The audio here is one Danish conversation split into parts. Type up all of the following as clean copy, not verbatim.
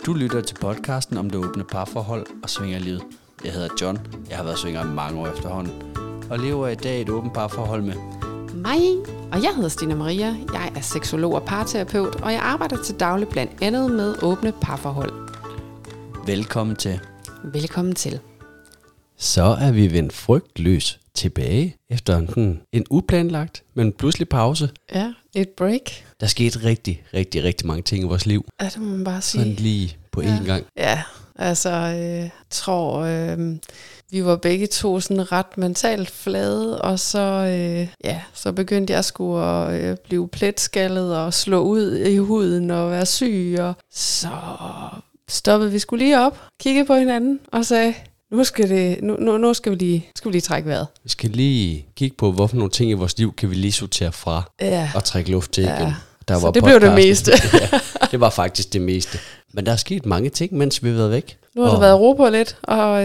Du lytter til podcasten om det åbne parforhold og svingerlivet. Jeg hedder John, jeg har været svinger i mange år efterhånden, og lever i dag et åbent parforhold med mig, og jeg hedder Stina Maria. Jeg er seksolog og parterapeut, og jeg arbejder til daglig blandt andet med åbne parforhold. Velkommen til. Velkommen til. Så er vi vendt frygtløs tilbage efter en uplanlagt, men pludselig pause. Ja, et break. Der skete rigtig mange ting i vores liv. Ja, det må man bare sige. Sådan lige på én gang. Ja, altså, tror, vi var begge to sådan ret mentalt flade, og så begyndte jeg sgu at blive pletskaldet og slå ud i huden og være syg, og så stoppede vi sgu lige op, kiggede på hinanden og sagde, nu skal vi lige trække vejret. Vi skal lige kigge på, hvorfor nogle ting i vores liv kan vi lige sortere fra og trække luft til igen. Der så det blev det meste. Ja, det var faktisk det meste. Men der er sket mange ting, mens vi har været væk. Nu har der været ro på lidt, og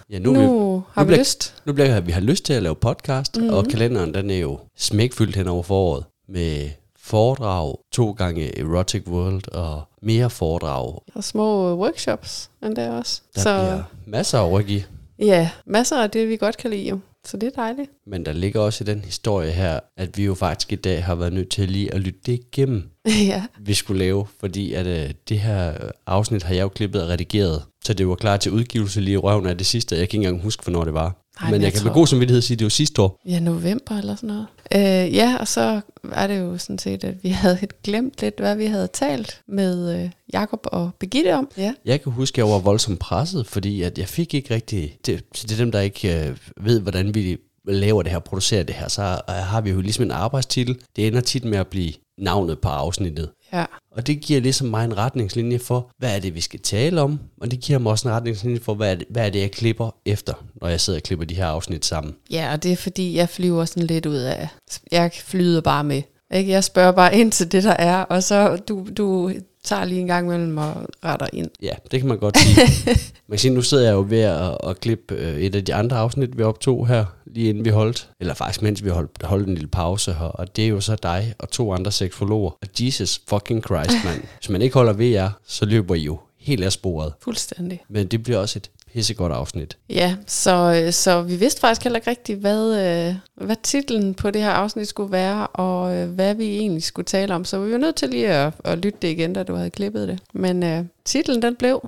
nu har vi lyst. Nu bliver vi har lyst til at lave podcast, og kalenderen den er jo smækfyldt hen over foråret med foredrag, 2 gange Erotic World og mere foredrag. Og små workshops endda også. Der bliver masser af ryg i. Ja, masser af det, vi godt kan lide jo. Så det er dejligt. Men der ligger også i den historie her, at vi jo faktisk i dag har været nødt til lige at lytte det igennem, vi skulle lave. Fordi at det her afsnit har jeg jo klippet og redigeret, så det var klar til udgivelse lige i røven af det sidste. Jeg kan ikke engang huske, hvornår det var. Men jeg kan med god samvittighed sige, at det var sidste år. Ja, november eller sådan noget. Og så er det jo sådan set, at vi havde glemt lidt, hvad vi havde talt med Jakob og Birgitte om. Ja. Jeg kan huske, at jeg var voldsomt presset, fordi at jeg fik ikke rigtig... Det er dem, der ikke ved, hvordan vi laver det her, producerer det her. Så har vi jo ligesom en arbejdstitel. Det ender tit med at blive navnet på afsnittet. Ja. Og det giver ligesom mig en retningslinje for, hvad er det, vi skal tale om. Og det giver mig også en retningslinje for, hvad er det, jeg klipper efter, når jeg sidder og klipper de her afsnit sammen. Ja, og det er fordi, jeg flyver sådan lidt ud af... Jeg flyder bare med. Ikke? Jeg spørger bare ind til det, der er, og så du tager lige en gang mellem og retter ind. Ja, det kan man godt sige. Man kan sige, nu sidder jeg jo ved at klippe et af de andre afsnit, vi optog her, lige inden vi holdt. Eller faktisk, mens vi holdt en lille pause her. Og det er jo så dig og 2 andre seksologer. Og Jesus fucking Christ, mand. Hvis man ikke holder ved jer, så løber I jo helt af sporet. Fuldstændig. Men det bliver også et pissegodt afsnit. Ja, så vi vidste faktisk heller ikke rigtigt, hvad titlen på det her afsnit skulle være, og hvad vi egentlig skulle tale om. Så vi var nødt til lige at lytte det igen, da du havde klippet det. Men titlen den blev...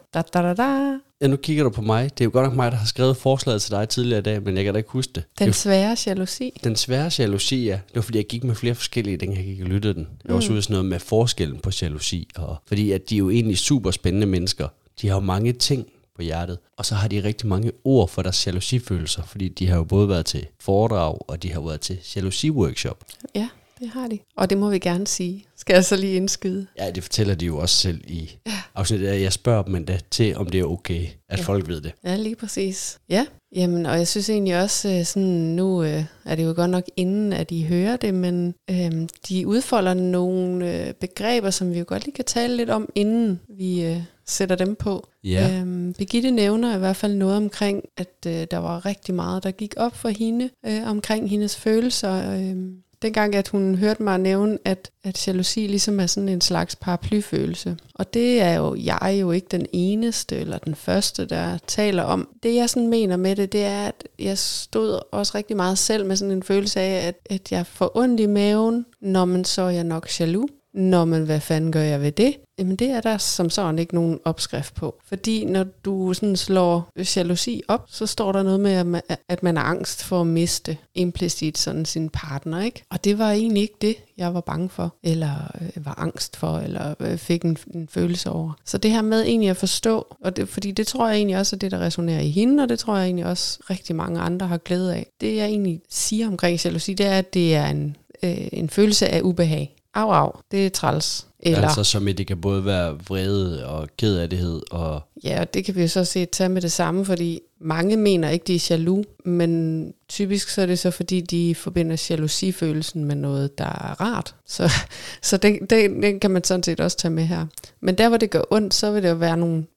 Ja, nu kigger du på mig. Det er jo godt nok mig, der har skrevet forslaget til dig tidligere i dag, men jeg kan da ikke huske det. Den svære jalousi. Den svære jalousi, ja. Det var fordi, jeg gik med flere forskellige, dengang jeg gik og lyttede den. Jeg var også ude sådan noget med forskellen på jalousi. Fordi at de er jo egentlig super spændende mennesker. De har jo mange ting på hjertet. Og så har de rigtig mange ord for deres jalousifølelser, fordi de har jo både været til foredrag, og de har været til jalousi-workshop. Ja, det har de. Og det må vi gerne sige. Skal jeg så lige indskyde? Ja, det fortæller de jo også selv i afsnittet. Jeg spørger dem endda til, om det er okay, at folk ved det. Ja, lige præcis. Ja, jamen, og jeg synes egentlig også, sådan nu er det jo godt nok inden, at I hører det, men de udfolder nogle begreber, som vi jo godt lige kan tale lidt om, inden vi sætter dem på. Ja. Birgitte nævner i hvert fald noget omkring, at der var rigtig meget, der gik op for hende, omkring hendes følelser. Dengang, at hun hørte mig nævne, at jalousi ligesom er sådan en slags paraplyfølelse. Og det er jo, jeg er jo ikke den eneste eller den første, der taler om. Det jeg sådan mener med det er, at jeg stod også rigtig meget selv med sådan en følelse af, at jeg får ondt i maven, når man så er jeg nok jaloux. Når man, hvad fanden gør jeg ved det? Jamen det er der som sådan ikke nogen opskrift på. Fordi når du sådan slår jalousi op, så står der noget med, at man er angst for at miste implicit sådan sin partner, ikke? Og det var egentlig ikke det, jeg var bange for, eller var angst for, eller fik en følelse over. Så det her med egentlig at forstå, og fordi det tror jeg egentlig også er det, der resonerer i hende, og det tror jeg egentlig også rigtig mange andre har glæde af. Det jeg egentlig siger omkring jalousi, det er, at det er en følelse af ubehag. Au, det er træls. Eller, altså som det kan både være vrede og kederlighed og... Ja, det kan vi jo så tage med det samme, fordi mange mener ikke, de er jaloux, men typisk så er det så, fordi de forbinder jalousifølelsen med noget, der er rart. Så den kan man sådan set også tage med her. Men der, hvor det gør ondt, så vil det jo være nogle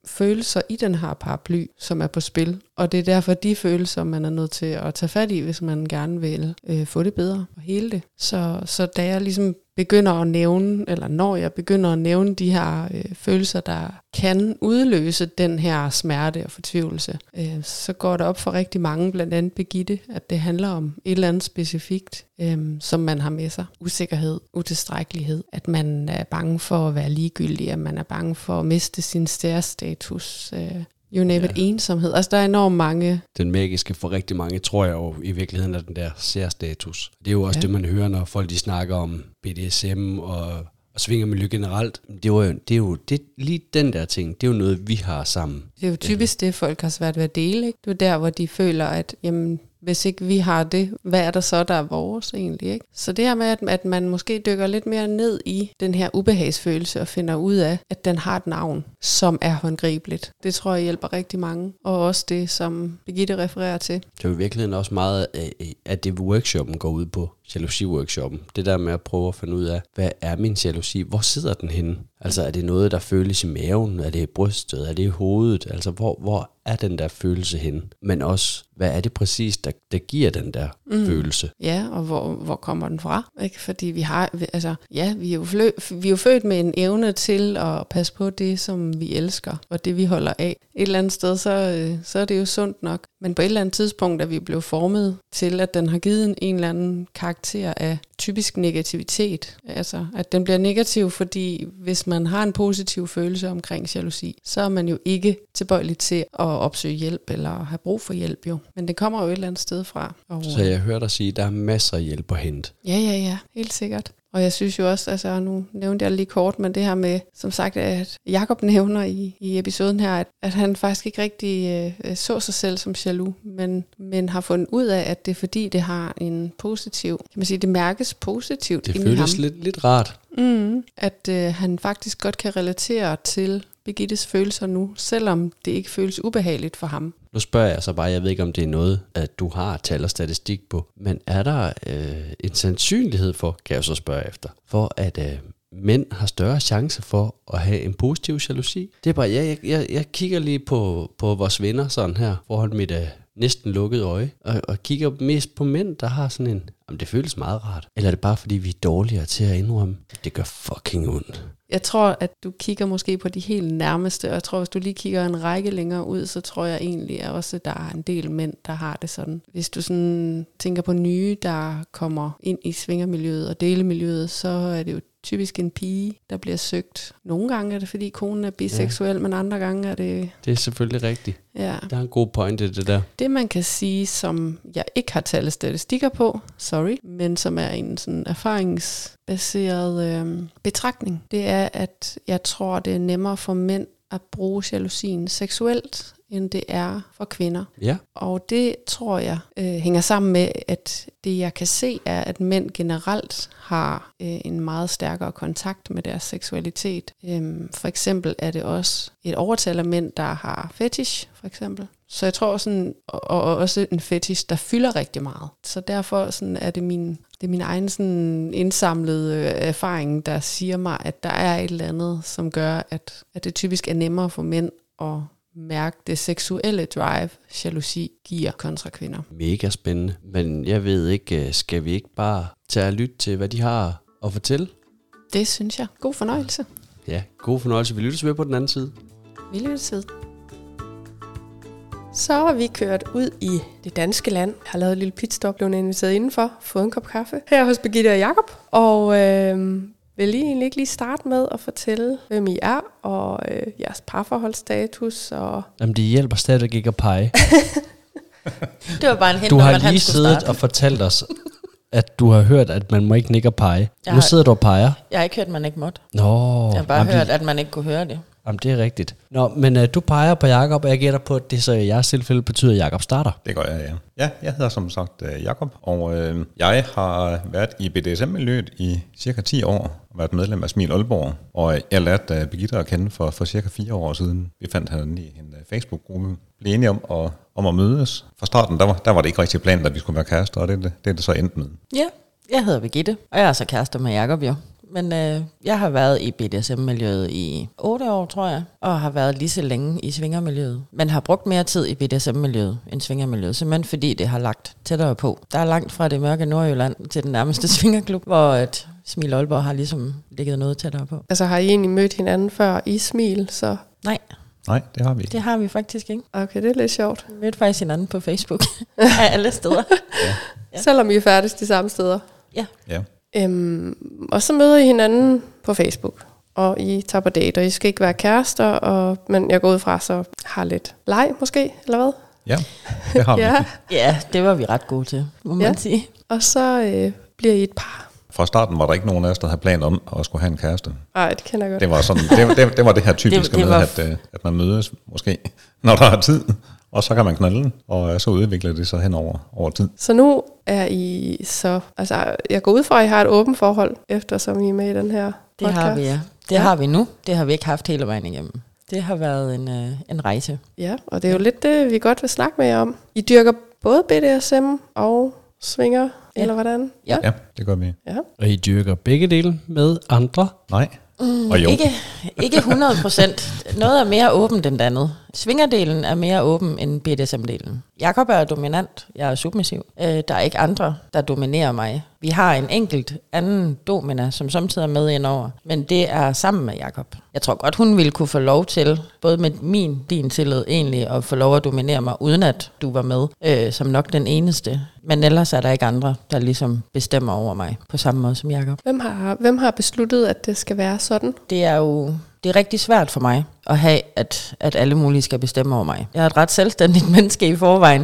følelser i den her paraply, som er på spil. Og det er derfor de følelser, man er nødt til at tage fat i, hvis man gerne vil få det bedre og hele det. Så da jeg ligesom begynder at nævne, eller når jeg begynder at nævne de her følelser, der kan udløse den her smerte og fortvivlelse, så går det op for rigtig mange, blandt andet Birgitte, at det handler om et eller andet specifikt, som man har med sig. Usikkerhed, utilstrækkelighed, at man er bange for at være ligegyldig, at man er bange for at miste sin status, you name it, ensomhed. Altså der er enormt mange. Den magiske for rigtig mange, tror jeg jo i virkeligheden er den der særstatus. Det er jo også det, man hører, når folk de snakker om BDSM og svingermiljø generelt. Det er jo lige den der ting, det er jo noget, vi har sammen. Det er jo typisk det, folk har svært ved at dele. Ikke? Det er der, hvor de føler, at jamen, hvis ikke vi har det, hvad er der så, der er vores egentlig? Ikke? Så det her med, at man måske dykker lidt mere ned i den her ubehagsfølelse og finder ud af, at den har et navn, som er håndgribeligt. Det tror jeg hjælper rigtig mange. Og også det, som Birgitte refererer til. Det er jo i virkeligheden også meget, at det workshoppen går ud på. Jalousi-workshoppen. Det der med at prøve at finde ud af, hvad er min jalousi? Hvor sidder den henne? Altså er det noget, der føles i maven? Er det i brystet? Er det i hovedet? Altså hvor er den der følelse henne? Men også, hvad er det præcis, der giver den der følelse? Ja, og hvor kommer den fra? Ikke? Fordi vi er jo født med en evne til at passe på det, som vi elsker, og det vi holder af. Et eller andet sted, så er det jo sundt nok. Men på et eller andet tidspunkt er vi blevet formet til, at den har givet en eller anden karakter af typisk negativitet. Altså, at den bliver negativ, fordi hvis man har en positiv følelse omkring jalousi, så er man jo ikke tilbøjelig til at opsøge hjælp eller have brug for hjælp jo. Men det kommer jo et eller andet sted fra. Så jeg hører dig sige, at der er masser af hjælp at hente. Ja, helt sikkert. Og jeg synes jo også, altså nu nævnte jeg lige kort, men det her med, som sagt, at Jakob nævner i episoden her, at han faktisk ikke rigtig så sig selv som jaloux, men har fundet ud af, at det er fordi, det har en positiv, kan man sige, det mærkes positivt det føles lidt rart. At han faktisk godt kan relatere til Birgittes følelser nu, selvom det ikke føles ubehageligt for ham. Nu spørger jeg så bare, jeg ved ikke om det er noget, at du har tal og statistik på, men er der en sandsynlighed for, kan jeg så spørge efter, for at mænd har større chance for at have en positiv jalousi? Det er bare, jeg kigger lige på vores venner sådan her, forhold mit næsten lukket øje, og kigger mest på mænd, der har sådan en, jamen det føles meget rart. Eller er det bare fordi, vi er dårligere til at indrømme, det gør fucking ondt? Jeg tror, at du kigger måske på de helt nærmeste, og jeg tror, hvis du lige kigger en række længere ud, så tror jeg egentlig at også, at der er en del mænd, der har det sådan. Hvis du sådan tænker på nye, der kommer ind i svingermiljøet og delemiljøet, så er det jo typisk en pige, der bliver søgt. Nogle gange er det, fordi konen er biseksuel, men andre gange er det... Det er selvfølgelig rigtigt. Ja. Der er en god pointe, det der. Det man kan sige, som jeg ikke har tallet statistikker på, men som er en sådan erfaringsbaseret betragtning, det er, at jeg tror, det er nemmere for mænd at bruge jalousien seksuelt, end det er for kvinder. Ja. Og det tror jeg hænger sammen med, at det jeg kan se er, at mænd generelt har en meget stærkere kontakt med deres seksualitet. For eksempel er det også et overtal af mænd, der har fetish, for eksempel. Så jeg tror sådan, og også en fetish, der fylder rigtig meget. Så derfor sådan, er det min egen sådan indsamlede erfaring, der siger mig, at der er et eller andet, som gør, at det typisk er nemmere for mænd at mærke det seksuelle drive, jalousi giver kontra kvinder. Mega spændende. Men jeg ved ikke, skal vi ikke bare tage og lytte til, hvad de har at fortælle? Det synes jeg. God fornøjelse. Ja, god fornøjelse. Vi lyttes ved på den anden side. Vi lyttes ved. Så har vi kørt ud i det danske land. Jeg har lavet et lille pitstop, blev inviteret indenfor, fået en kop kaffe her hos Birgitte og Jakob. Og vil I egentlig ikke lige starte med at fortælle, hvem I er, og jeres parforholdsstatus? Og Jamen, det hjælper stadig ikke at pege. Det var bare en hint, du har lige siddet og fortalt os, at du har hørt, at man må ikke nikke og pege. Nu sidder du og peger. Jeg har ikke hørt, at man ikke måtte. Nå. Jeg har bare hørt, at man ikke kunne høre det. Jamen, det er rigtigt. Nå, men du peger på Jakob, og jeg gætter på, at det så i jeres tilfælde betyder, at Jakob starter. Det gør jeg, ja. Ja, jeg hedder som sagt Jakob, og jeg har været i BDSM-miljøet i cirka 10 år, og været medlem af Smil Aalborg, og jeg lærte Birgitte at kende for cirka 4 år siden. Vi fandt hende i en Facebook-gruppe, blev enige om at mødes. Fra starten, der var det ikke rigtig planen, at vi skulle være kærester, og det er det så endt med. Ja, jeg hedder Birgitte, og jeg er så kærester med Jakob jo. Men jeg har været i BDSM-miljøet i 8 år, tror jeg, og har været lige så længe i svingermiljøet. Men har brugt mere tid i BDSM-miljøet end svingermiljøet, simpelthen fordi det har lagt tættere på. Der er langt fra det mørke Nordjylland til den nærmeste svingerklub, hvor et Smil Aalborg har ligesom ligget noget tættere på. Altså har I egentlig mødt hinanden før i Smil, så? Nej. Nej, det har vi ikke. Det har vi faktisk ikke. Okay, det er lidt sjovt. Vi mødte faktisk hinanden på Facebook af alle steder. Ja. Selvom I er færdige de samme steder? Ja. Og så møder I hinanden på Facebook, og I tager på date, og I skal ikke være kærester, men jeg går ud fra, så har lidt leg måske, eller hvad? Ja, det har vi. Ja, det var vi ret gode til, må man sige. Og så bliver I et par. Fra starten var der ikke nogen af os, der havde plan om at skulle have en kæreste. Nej, det kender jeg godt. Det var, sådan, det var det her typiske med, at man mødes måske, når der er tid, og så kan man knalde, og så udvikler det sig hen over tid. Så nu er I så, altså jeg går ud fra, at I har et åbent forhold, eftersom I er med i den her podcast. Det har vi, ja. Det har vi nu. Det har vi ikke haft hele vejen igennem. Det har været en rejse. Ja, og det er jo lidt det, vi godt vil snakke med jer om. I dyrker både BDSM og swinger, eller hvordan? Ja, det gør vi. Ja. Og I dyrker begge dele med andre? Nej. Og jo. Ikke 100%. Noget er mere åbent end det andet. Swingerdelen er mere åben end BDSM-delen. Jakob er dominant, jeg er submissiv. Der er ikke andre, der dominerer mig. Vi har en enkelt anden domina, som samtidig er med indover, men det er sammen med Jakob. Jeg tror godt, hun ville kunne få lov til, både med din tillid egentlig, at få lov at dominere mig, uden at du var med, som nok den eneste. Men ellers er der ikke andre, der ligesom bestemmer over mig på samme måde som Jakob. Hvem har besluttet, at det skal være sådan? Det er rigtig svært for mig at have, at alle mulige skal bestemme over mig. Jeg er et ret selvstændigt menneske i forvejen,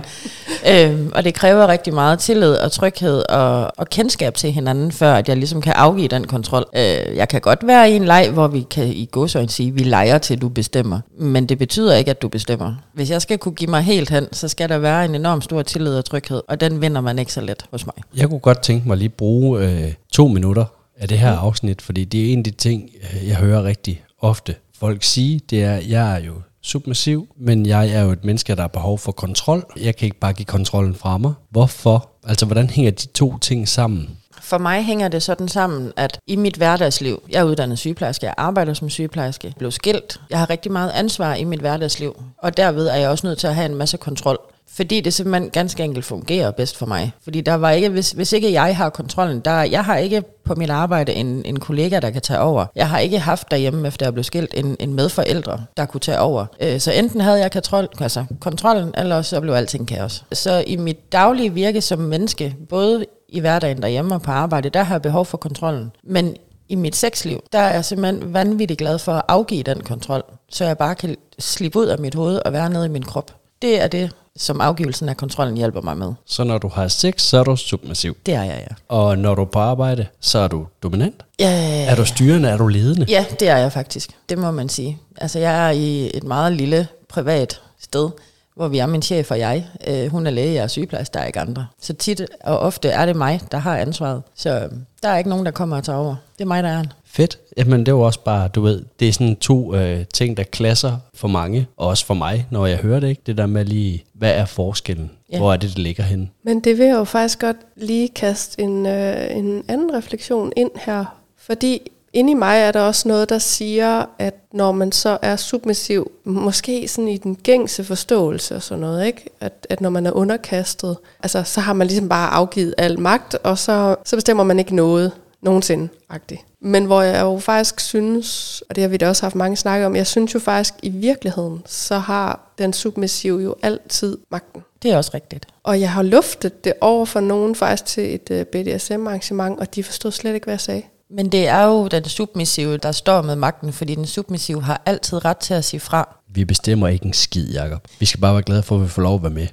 og det kræver rigtig meget tillid og tryghed og kendskab til hinanden, før at jeg ligesom kan afgive den kontrol. Jeg kan godt være i en leg, hvor vi kan i gåseøjne sige, vi leger til du bestemmer, men det betyder ikke, at du bestemmer. Hvis jeg skal kunne give mig helt hen, så skal der være en enorm stor tillid og tryghed, og den vinder man ikke så let hos mig. Jeg kunne godt tænke mig lige bruge 2 minutter af det her afsnit, fordi det er en af de ting, jeg hører rigtig ofte folk sige, det er, jeg er jo submissiv, men jeg er jo et menneske, der har behov for kontrol. Jeg kan ikke bare give kontrollen fra mig. Hvorfor? Altså, hvordan hænger de 2 ting sammen? For mig hænger det sådan sammen, at i mit hverdagsliv, jeg er uddannet sygeplejerske, jeg arbejder som sygeplejerske, blev skilt, jeg har rigtig meget ansvar i mit hverdagsliv, og derved er jeg også nødt til at have en masse kontrol. Fordi det simpelthen ganske enkelt fungerer bedst for mig. Fordi der var ikke, hvis ikke jeg har kontrollen, jeg har ikke på mit arbejde en kollega, der kan tage over. Jeg har ikke haft derhjemme, efter jeg blev skilt, en medforældre, der kunne tage over. Så enten havde jeg kontrollen, eller så blev alting kaos. Så i mit daglige virke som menneske, både i hverdagen derhjemme og på arbejde, der har jeg behov for kontrollen. Men i mit sexliv, der er jeg simpelthen vanvittigt glad for at afgive den kontrol, så jeg bare kan slippe ud af mit hoved og være nede i min krop. Det er det, som afgivelsen af kontrollen hjælper mig med. Så når du har sex, så er du submissiv? Det er jeg, ja. Og når du er på arbejde, så er du dominant? Ja. Er du styrende? Er du ledende? Ja, det er jeg faktisk. Det må man sige. Altså, jeg er i et meget lille privat sted, hvor vi er min chef og jeg. Hun er læge, jeg er sygeplejerske, der er ikke andre. Så tit og ofte er det mig, der har ansvaret. Så der er ikke nogen, der kommer og tager over. Det er mig, der er en. Fedt. Jamen det er jo også bare, du ved, det er sådan 2 ting, der klasser for mange, og også for mig, når jeg hører det, ikke? Det der med lige, hvad er forskellen? Ja. Hvor er det ligger henne? Men det vil jeg jo faktisk godt lige kaste en anden refleksion ind her, fordi inde i mig er der også noget, der siger, at når man så er submissiv, måske sådan i den gængse forståelse og sådan noget, ikke? At når man er underkastet, altså så har man ligesom bare afgivet al magt, og så bestemmer man ikke noget nogensinde-agtigt. Men hvor jeg jo faktisk synes, og det har vi da også haft mange snakke om, jeg synes jo faktisk i virkeligheden, så har den submissive jo altid magten. Det er også rigtigt. Og jeg har luftet det over for nogen faktisk til et BDSM-arrangement, og de forstod slet ikke, hvad jeg sagde. Men det er jo den submissive, der står med magten, fordi den submissive har altid ret til at sige fra. Vi bestemmer ikke en skid, Jakob. Vi skal bare være glade for, at vi får lov at være med.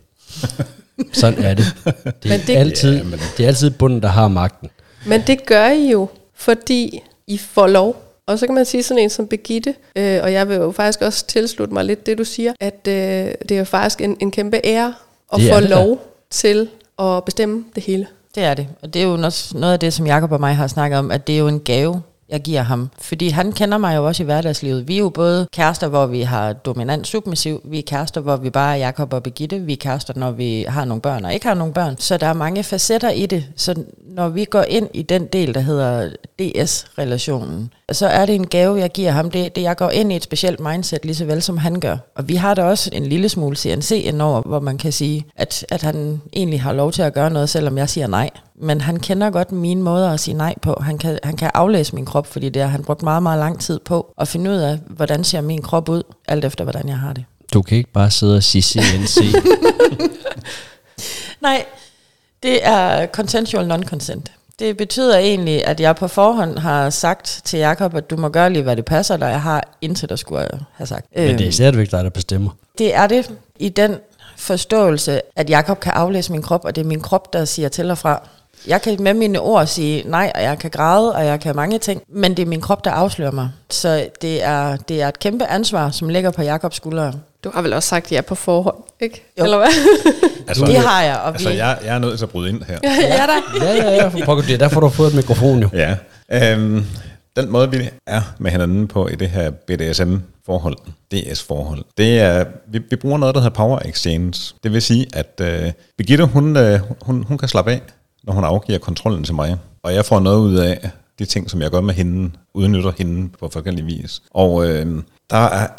Sådan er det. Det er altid bunden, der har magten. Men det gør I jo, fordi I får lov. Og så kan man sige sådan en som Birgitte, og jeg vil jo faktisk også tilslutte mig lidt det, du siger, at det er jo faktisk en kæmpe ære at få lov til at bestemme det hele. Det er det, og det er jo også noget af det, som Jakob og mig har snakket om, at det er jo en gave jeg giver ham. Fordi han kender mig jo også i hverdagslivet. Vi er jo både kærester, hvor vi har dominant submissiv. Vi er kærester, hvor vi bare er Jakob og Birgitte. Vi er kærester, når vi har nogle børn og ikke har nogle børn. Så der er mange facetter i det. Så når vi går ind i den del, der hedder DS-relationen, så er det en gave, jeg giver ham. Jeg går ind i et specielt mindset, lige så vel som han gør. Og vi har da også en lille smule CNC indover, hvor man kan sige, at han egentlig har lov til at gøre noget, selvom jeg siger nej. Men han kender godt mine måder at sige nej på. Han kan aflæse min krop, fordi det har han brugt meget, meget lang tid på at finde ud af, hvordan ser min krop ud, alt efter hvordan jeg har det. Du kan ikke bare sidde og sige CNC. Nej, det er consensual non-consent. Det betyder egentlig, at jeg på forhånd har sagt til Jakob, at du må gøre lige, hvad det passer dig. Jeg har intet, der skulle have sagt. Men det er stadigvæk dig, der bestemmer. Det er det i den forståelse, at Jakob kan aflæse min krop, og det er min krop, der siger til og fra. Jeg kan med mine ord sige nej, og jeg kan græde, og jeg kan mange ting, men det er min krop, der afslører mig. Så det er et kæmpe ansvar, som ligger på Jakobs skuldre. Du har vel også sagt ja på forhånd, ikke? Jo. Eller hvad? Altså, det har jeg. Og jeg er nødt til at bryde ind her. Ja da. Ja. Det er derfor, du har fået et mikrofon jo. Ja. Den måde, vi er med hinanden på i det her BDSM-forhold, DS-forhold, det er, vi bruger noget, der hedder power exchange. Det vil sige, at Birgitte, hun kan slappe af, når hun afgiver kontrollen til mig. Og jeg får noget ud af de ting, som jeg gør med hende, udnytter hende på forskellige vis. Og der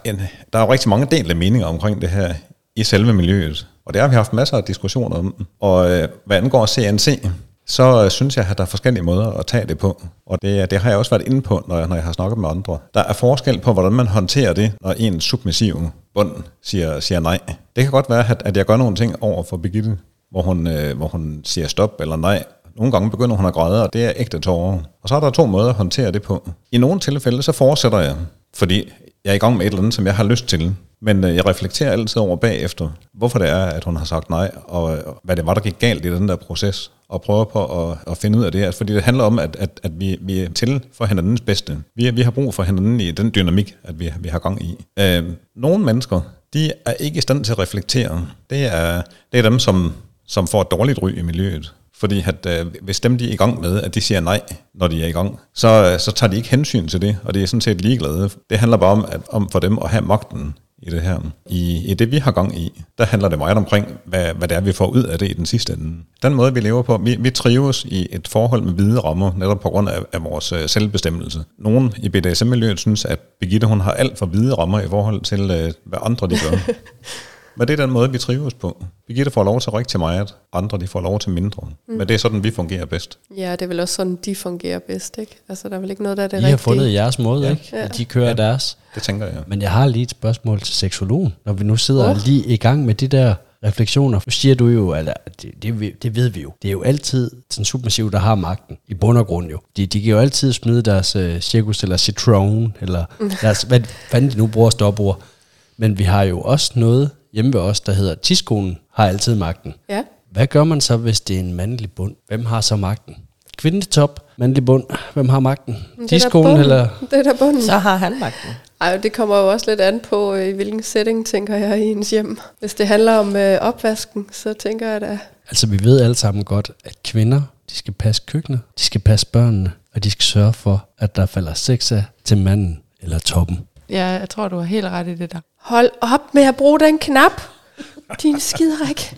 er jo rigtig mange delte meninger omkring det her i selve miljøet. Og det har vi haft masser af diskussioner om. Og hvad angår CNC, så synes jeg, at der er forskellige måder at tage det på. Og det har jeg også været inde på, når jeg har snakket med andre. Der er forskel på, hvordan man håndterer det, når en submissiv bund siger nej. Det kan godt være, at jeg gør nogle ting over for Birgitte, hvor hun siger stop eller nej. Nogle gange begynder hun at græde, og det er ægte tårer. Og så er der 2 måder at håndtere det på. I nogle tilfælde, så fortsætter jeg, fordi jeg er i gang med et eller andet, som jeg har lyst til. Men jeg reflekterer altid over bagefter, hvorfor det er, at hun har sagt nej, og hvad det var, der gik galt i den der proces, og prøver på at finde ud af det her. Fordi det handler om, at vi er til for hinandens bedste. Vi har brug for hinanden i den dynamik, at vi har gang i. Nogle mennesker, de er ikke i stand til at reflektere. Det er dem, som får et dårligt ry i miljøet. Fordi hvis dem de er i gang med, at de siger nej, når de er i gang, så tager de ikke hensyn til det, og det er sådan set ligeglade. Det handler bare om for dem at have magten i det her. I det, vi har gang i, der handler det meget omkring, hvad det er, vi får ud af det i den sidste ende. Den måde, vi lever på, vi trives i et forhold med hvide rammer, netop på grund af vores selvbestemmelse. Nogen i BDSM-miljøet synes, at Birgitte, hun har alt for hvide rammer i forhold til, hvad andre de gør. Men det er den måde, vi trives på. Birgitte får lov til rigtig meget, andre de får lov til mindre. Men det er sådan, vi fungerer bedst. Ja, det er vel også sådan, de fungerer bedst, ikke? Altså, der er vel ikke noget, der er det rigtige. I har fundet jeres måde, ikke? Ja. At de kører deres. Det tænker jeg. Men jeg har lige et spørgsmål til seksologen. Når vi nu sidder lige i gang med de der refleksioner, så siger du jo, at det ved vi jo. Det er jo altid den submissiv, der har magten. I bund og grund jo. De kan jo altid smide deres cirkus eller citron, eller deres, hvad fanden de nu bruger stopord. Men vi har jo også noget hjemme ved os, der hedder tidskonen, har altid magten. Ja. Hvad gør man så, hvis det er en mandlig bund? Hvem har så magten? Kvindelig top, mandlig bund. Hvem har magten? Tidskonen eller? Det er der bunden. Så har han magten. Ej, det kommer jo også lidt an på, i hvilken setting, tænker jeg, i ens hjem. Hvis det handler om opvasken, så tænker jeg da... Altså, vi ved alle sammen godt, at kvinder, de skal passe køkkenet, de skal passe børnene, og de skal sørge for, at der falder sex af til manden eller toppen. Ja, jeg tror, du har helt ret i det der. Hold op med at bruge den knap, din skiderik.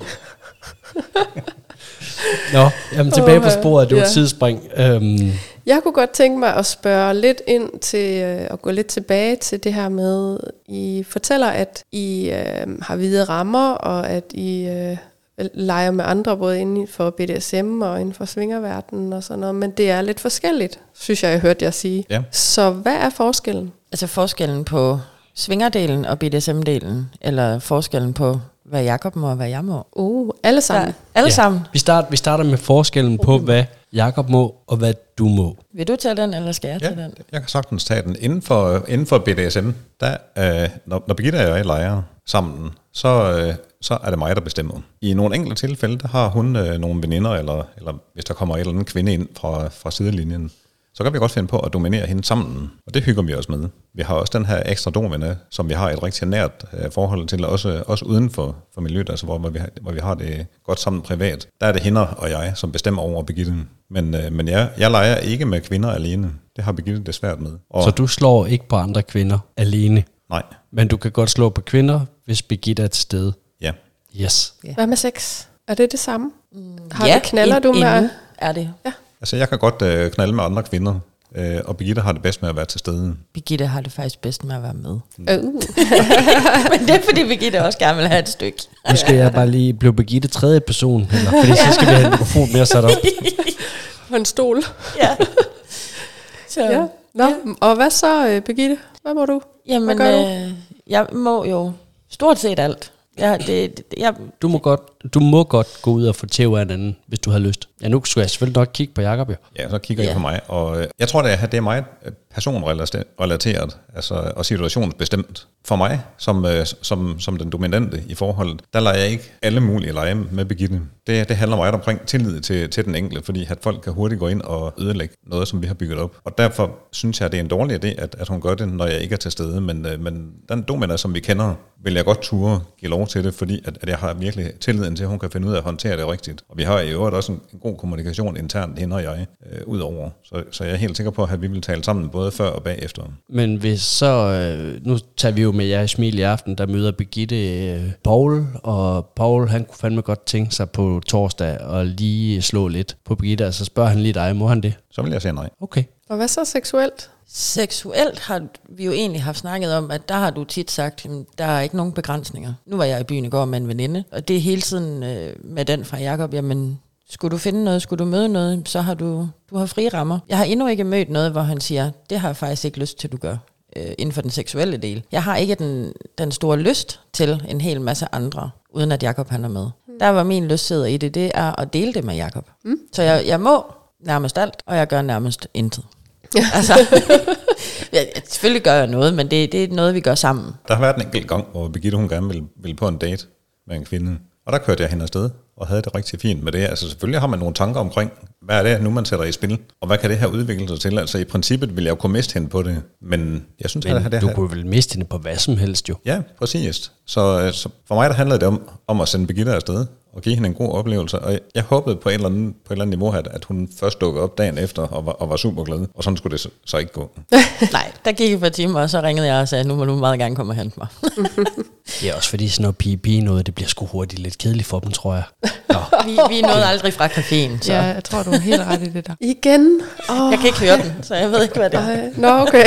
Nå, jamen tilbage på sporet, det var et sidespring. Jeg kunne godt tænke mig at spørge lidt ind til, og gå lidt tilbage til det her med, I fortæller, at I har hvide rammer, og at I leger med andre, både inden for BDSM og inden for svingerverdenen og sådan noget, men det er lidt forskelligt, synes jeg hørte jer sige. Ja. Så hvad er forskellen? Altså forskellen på svingerdelen og BDSM-delen, eller forskellen på, hvad Jakob må og hvad jeg må? Alle sammen. Ja, alle sammen. Vi starter med forskellen på, hvad Jakob må og hvad du må. Vil du tage den, eller skal jeg tage den? Jeg kan sagtens tage den. Inden for BDSM, der, når Birgitte og jeg leger sammen, så er det mig, der bestemmer. I nogle enkelte tilfælde, der har hun nogle veninder, eller hvis der kommer en eller anden kvinde ind fra sidelinjen, så kan vi godt finde på at dominere hende sammen. Og det hygger vi os med. Vi har også den her ekstra domina, som vi har et rigtig nært forhold til, også uden for miljøet, altså hvor vi har det godt sammen privat. Der er det hende og jeg, som bestemmer over Birgitte. Men jeg leger ikke med kvinder alene. Det har Birgitte det svært med. Så du slår ikke på andre kvinder alene? Nej. Men du kan godt slå på kvinder, hvis Birgitte er til stede? Ja. Yes. Hvad med sex? Er det samme? Knaller du med? Er det. Ja. Altså, jeg kan godt knalde med andre kvinder, og Birgitte har det bedst med at være til stede. Birgitte har det faktisk bedst med at være med. Men det er, fordi Birgitte også gerne vil have et stykke. Nu skal jeg bare lige blive Birgitte tredje person, eller, fordi så skal vi have en mikrofon mere sat op. På en stol. Ja. Så, ja. Nå, og hvad så, Birgitte? Hvad må du? Jamen, hvad gør du? Jeg må jo stort set alt. Du må godt gå ud og få tæv af en anden, hvis du har lyst. Ja, nu skulle jeg selvfølgelig nok kigge på Jakob, jo. Ja, så kigger jeg på mig, og jeg tror, det er meget personrelateret, altså, og situationsbestemt. For mig, som den dominante i forholdet, der leger jeg ikke alle mulige lege med Birgitte. Det handler meget omkring tillid til den enkelte, fordi at folk kan hurtigt gå ind og ødelægge noget, som vi har bygget op. Og derfor synes jeg, det er en dårlig idé, at hun gør det, når jeg ikke er til stede. Men den domina, som vi kender, vil jeg godt ture give lov til det, fordi at jeg har virkelig tilliden til, at hun kan finde ud af at håndtere det rigtigt. Og vi har i øvrigt også en god kommunikation internt, hende og jeg, udover. Så jeg er helt sikker på, at vi vil tale sammen både før og bagefter. Men hvis så, nu tager vi jo med jer i Smil i aften, der møder Birgitte Paul, og Paul, han kunne fandme godt tænke sig på torsdag og lige slå lidt på Birgitte, altså spørger han lige dig, må han det? Så vil jeg sige nej. Okay. Og hvad så seksuelt? Seksuelt har vi jo egentlig haft snakket om, at der har du tit sagt, at der er ikke nogen begrænsninger. Nu var jeg i byen i går med en veninde, og det er hele tiden med den fra Jakob, jamen skulle du finde noget, skulle du møde noget, så har du har frie rammer. Jeg har endnu ikke mødt noget, hvor han siger, det har jeg faktisk ikke lyst til, du gør inden for den seksuelle del. Jeg har ikke den store lyst til en hel masse andre, uden at Jakob han er med. Der var min lyst sidder i det er at dele det med Jakob. Så jeg må nærmest alt, og jeg gør nærmest intet. Altså, selvfølgelig gør jeg noget, men det er noget, vi gør sammen. Der har været en enkelt gang, hvor Birgitte hun gerne ville på en date med en kvinde. Og der kørte jeg hende afsted og havde det rigtig fint med det. Altså selvfølgelig har man nogle tanker omkring, hvad er det nu, man sætter i spil? Og hvad kan det her udvikle sig til? Altså i princippet ville jeg jo kunne miste hende på det. Men jeg synes, men at det du kunne vel miste hende på hvad som helst jo. Ja, præcis. Så for mig der handlede det om at sende Birgitte afsted og give hende en god oplevelse. Og jeg håbede på et eller andet niveau, at hun først dukkede op dagen efter og var super glad. Og sådan skulle det så ikke gå. Nej, der gik et par timer, og så ringede jeg og sagde, nu må du meget gerne komme og hente mig. Det er også fordi sådan noget pige noget, det bliver sgu hurtigt lidt kedeligt for dem, tror jeg. Vi nåede aldrig fra caféen. Så. Ja, jeg tror, du er helt ret i det der. Igen? Jeg kan ikke høre den, så jeg ved ikke, hvad det er. Nå, okay.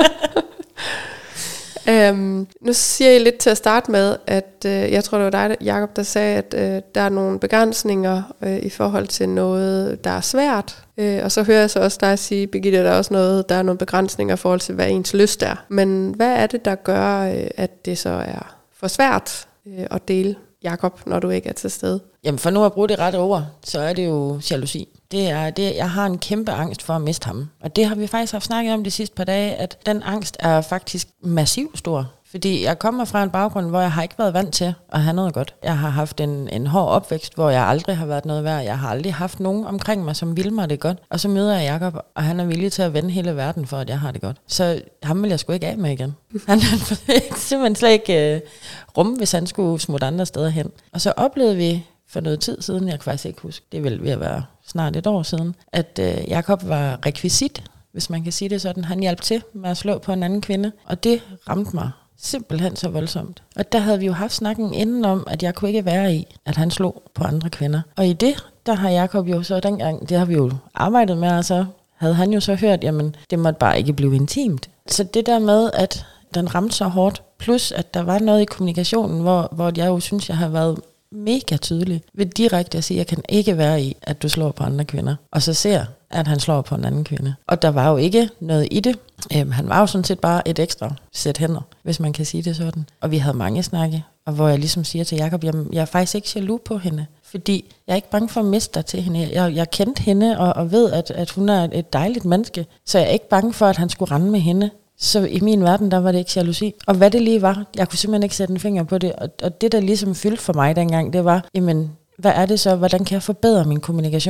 Nu siger jeg lidt til at starte med, at jeg tror, det var dig, Jakob, der sagde, at der er nogle begrænsninger i forhold til noget, der er svært. Og så hører jeg så også dig sige, Birgitte, der er også noget, der er nogle begrænsninger i forhold til, hvad ens lyst er. Men hvad er det, der gør, at det så er for svært at dele, Jakob, når du ikke er til stede? Jamen for nu at bruge det rette ord, så er det jo jalousi. Jeg har en kæmpe angst for at miste ham. Og det har vi faktisk haft snakket om de sidste par dage, at den angst er faktisk massivt stor. Fordi jeg kommer fra en baggrund, hvor jeg har ikke været vant til at have noget godt. Jeg har haft en hård opvækst, hvor jeg aldrig har været noget værd. Jeg har aldrig haft nogen omkring mig, som vil mig det godt. Og så møder jeg Jakob, og han er villig til at vende hele verden for, at jeg har det godt. Så ham vil jeg sgu ikke af med igen. Han simpelthen slet ikke rumme, hvis han skulle smutte andre steder hen. Og så oplevede vi for noget tid siden, jeg kan faktisk ikke huske, det vil ved at være snart et år siden, at Jakob var rekvisit, hvis man kan sige det sådan. Han hjalp til med at slå på en anden kvinde, og det ramte mig simpelthen så voldsomt. Og der havde vi jo haft snakken inden om, at jeg kunne ikke være i, at han slog på andre kvinder. Og i det, der har Jakob jo så dengang, det har vi jo arbejdet med, og så havde han jo så hørt, jamen det måtte bare ikke blive intimt. Så det der med, at den ramte så hårdt, plus at der var noget i kommunikationen, hvor jeg jo synes, jeg har været mega tydelig ved direkte at sige, at jeg kan ikke være i, at du slår på andre kvinder. Og så ser at han slår på en anden kvinde. Og der var jo ikke noget i det. Han var jo sådan set bare et ekstra sæt hænder, hvis man kan sige det sådan. Og vi havde mange snakke, og hvor jeg ligesom siger til Jakob, jeg er faktisk ikke jaloux på hende. Fordi jeg er ikke bange for at miste dig til hende. Jeg kendte hende og ved, at hun er et dejligt menneske. Så jeg er ikke bange for, at han skulle rende med hende. Så i min verden, der var det ikke jalousi. Og hvad det lige var, jeg kunne simpelthen ikke sætte en finger på det. Og det, der ligesom fyldte for mig dengang, det var, jamen, hvad er det så? Hvordan kan jeg forbedre min kommunikation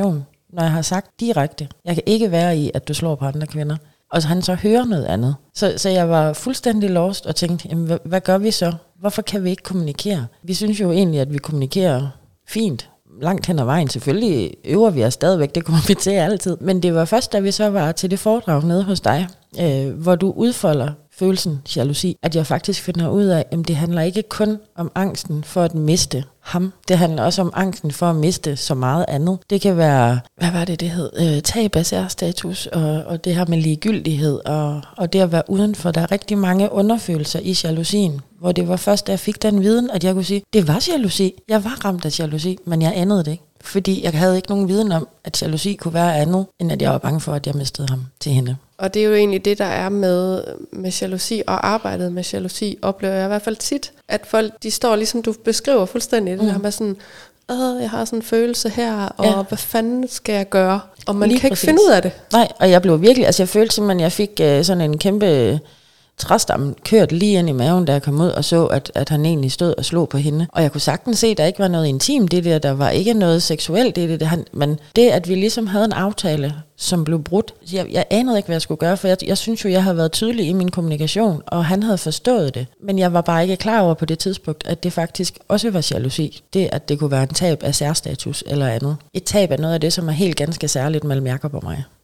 når jeg har sagt direkte, jeg kan ikke være i, at du slår på andre kvinder. Og så han så hører noget andet. Så jeg var fuldstændig lost og tænkte, jamen, hvad gør vi så? Hvorfor kan vi ikke kommunikere? Vi synes jo egentlig, at vi kommunikerer fint. Langt hen ad vejen. Selvfølgelig øver vi os stadigvæk, det kommer vi til altid. Men det var først, da vi så var til det foredrag nede hos dig, hvor du udfolder følelsen jalousi, at jeg faktisk finder ud af, at det handler ikke kun om angsten for at miste ham. Det handler også om angsten for at miste så meget andet. Det kan være, hvad var det hed? Tab af særstatus, og det her med ligegyldighed, og det at være udenfor. Der er rigtig mange underfølelser i jalousien, hvor det var først, da jeg fik den viden, at jeg kunne sige, det var jalousi. Jeg var ramt af jalousi, men jeg anede det ikke. Fordi jeg havde ikke nogen viden om, at jalousi kunne være andet, end at jeg var bange for, at jeg mistede ham til hende. Og det er jo egentlig det, der er med jalousi og arbejdet med jalousi, oplever jeg i hvert fald tit, at folk, de står ligesom du beskriver fuldstændig, det der med sådan, jeg har sådan en følelse her, og hvad fanden skal jeg gøre? Og man lige kan præcis ikke finde ud af det. Nej, og jeg blev virkelig, jeg følte simpelthen, jeg fik sådan en kæmpe træstammen kørt lige ind i maven, da jeg kom ud og så, at han egentlig stod og slog på hende. Og jeg kunne sagtens se, at der ikke var noget intimt det der var ikke noget seksuelt men det, at vi ligesom havde en aftale, som blev brudt. Jeg anede ikke, hvad jeg skulle gøre, for jeg synes jo, jeg havde været tydelig i min kommunikation, og han havde forstået det. Men jeg var bare ikke klar over på det tidspunkt, at det faktisk også var jalousi. Det, at det kunne være en tab af særstatus eller andet. Et tab af noget af det, som er helt ganske særligt mellem Jakob og mig.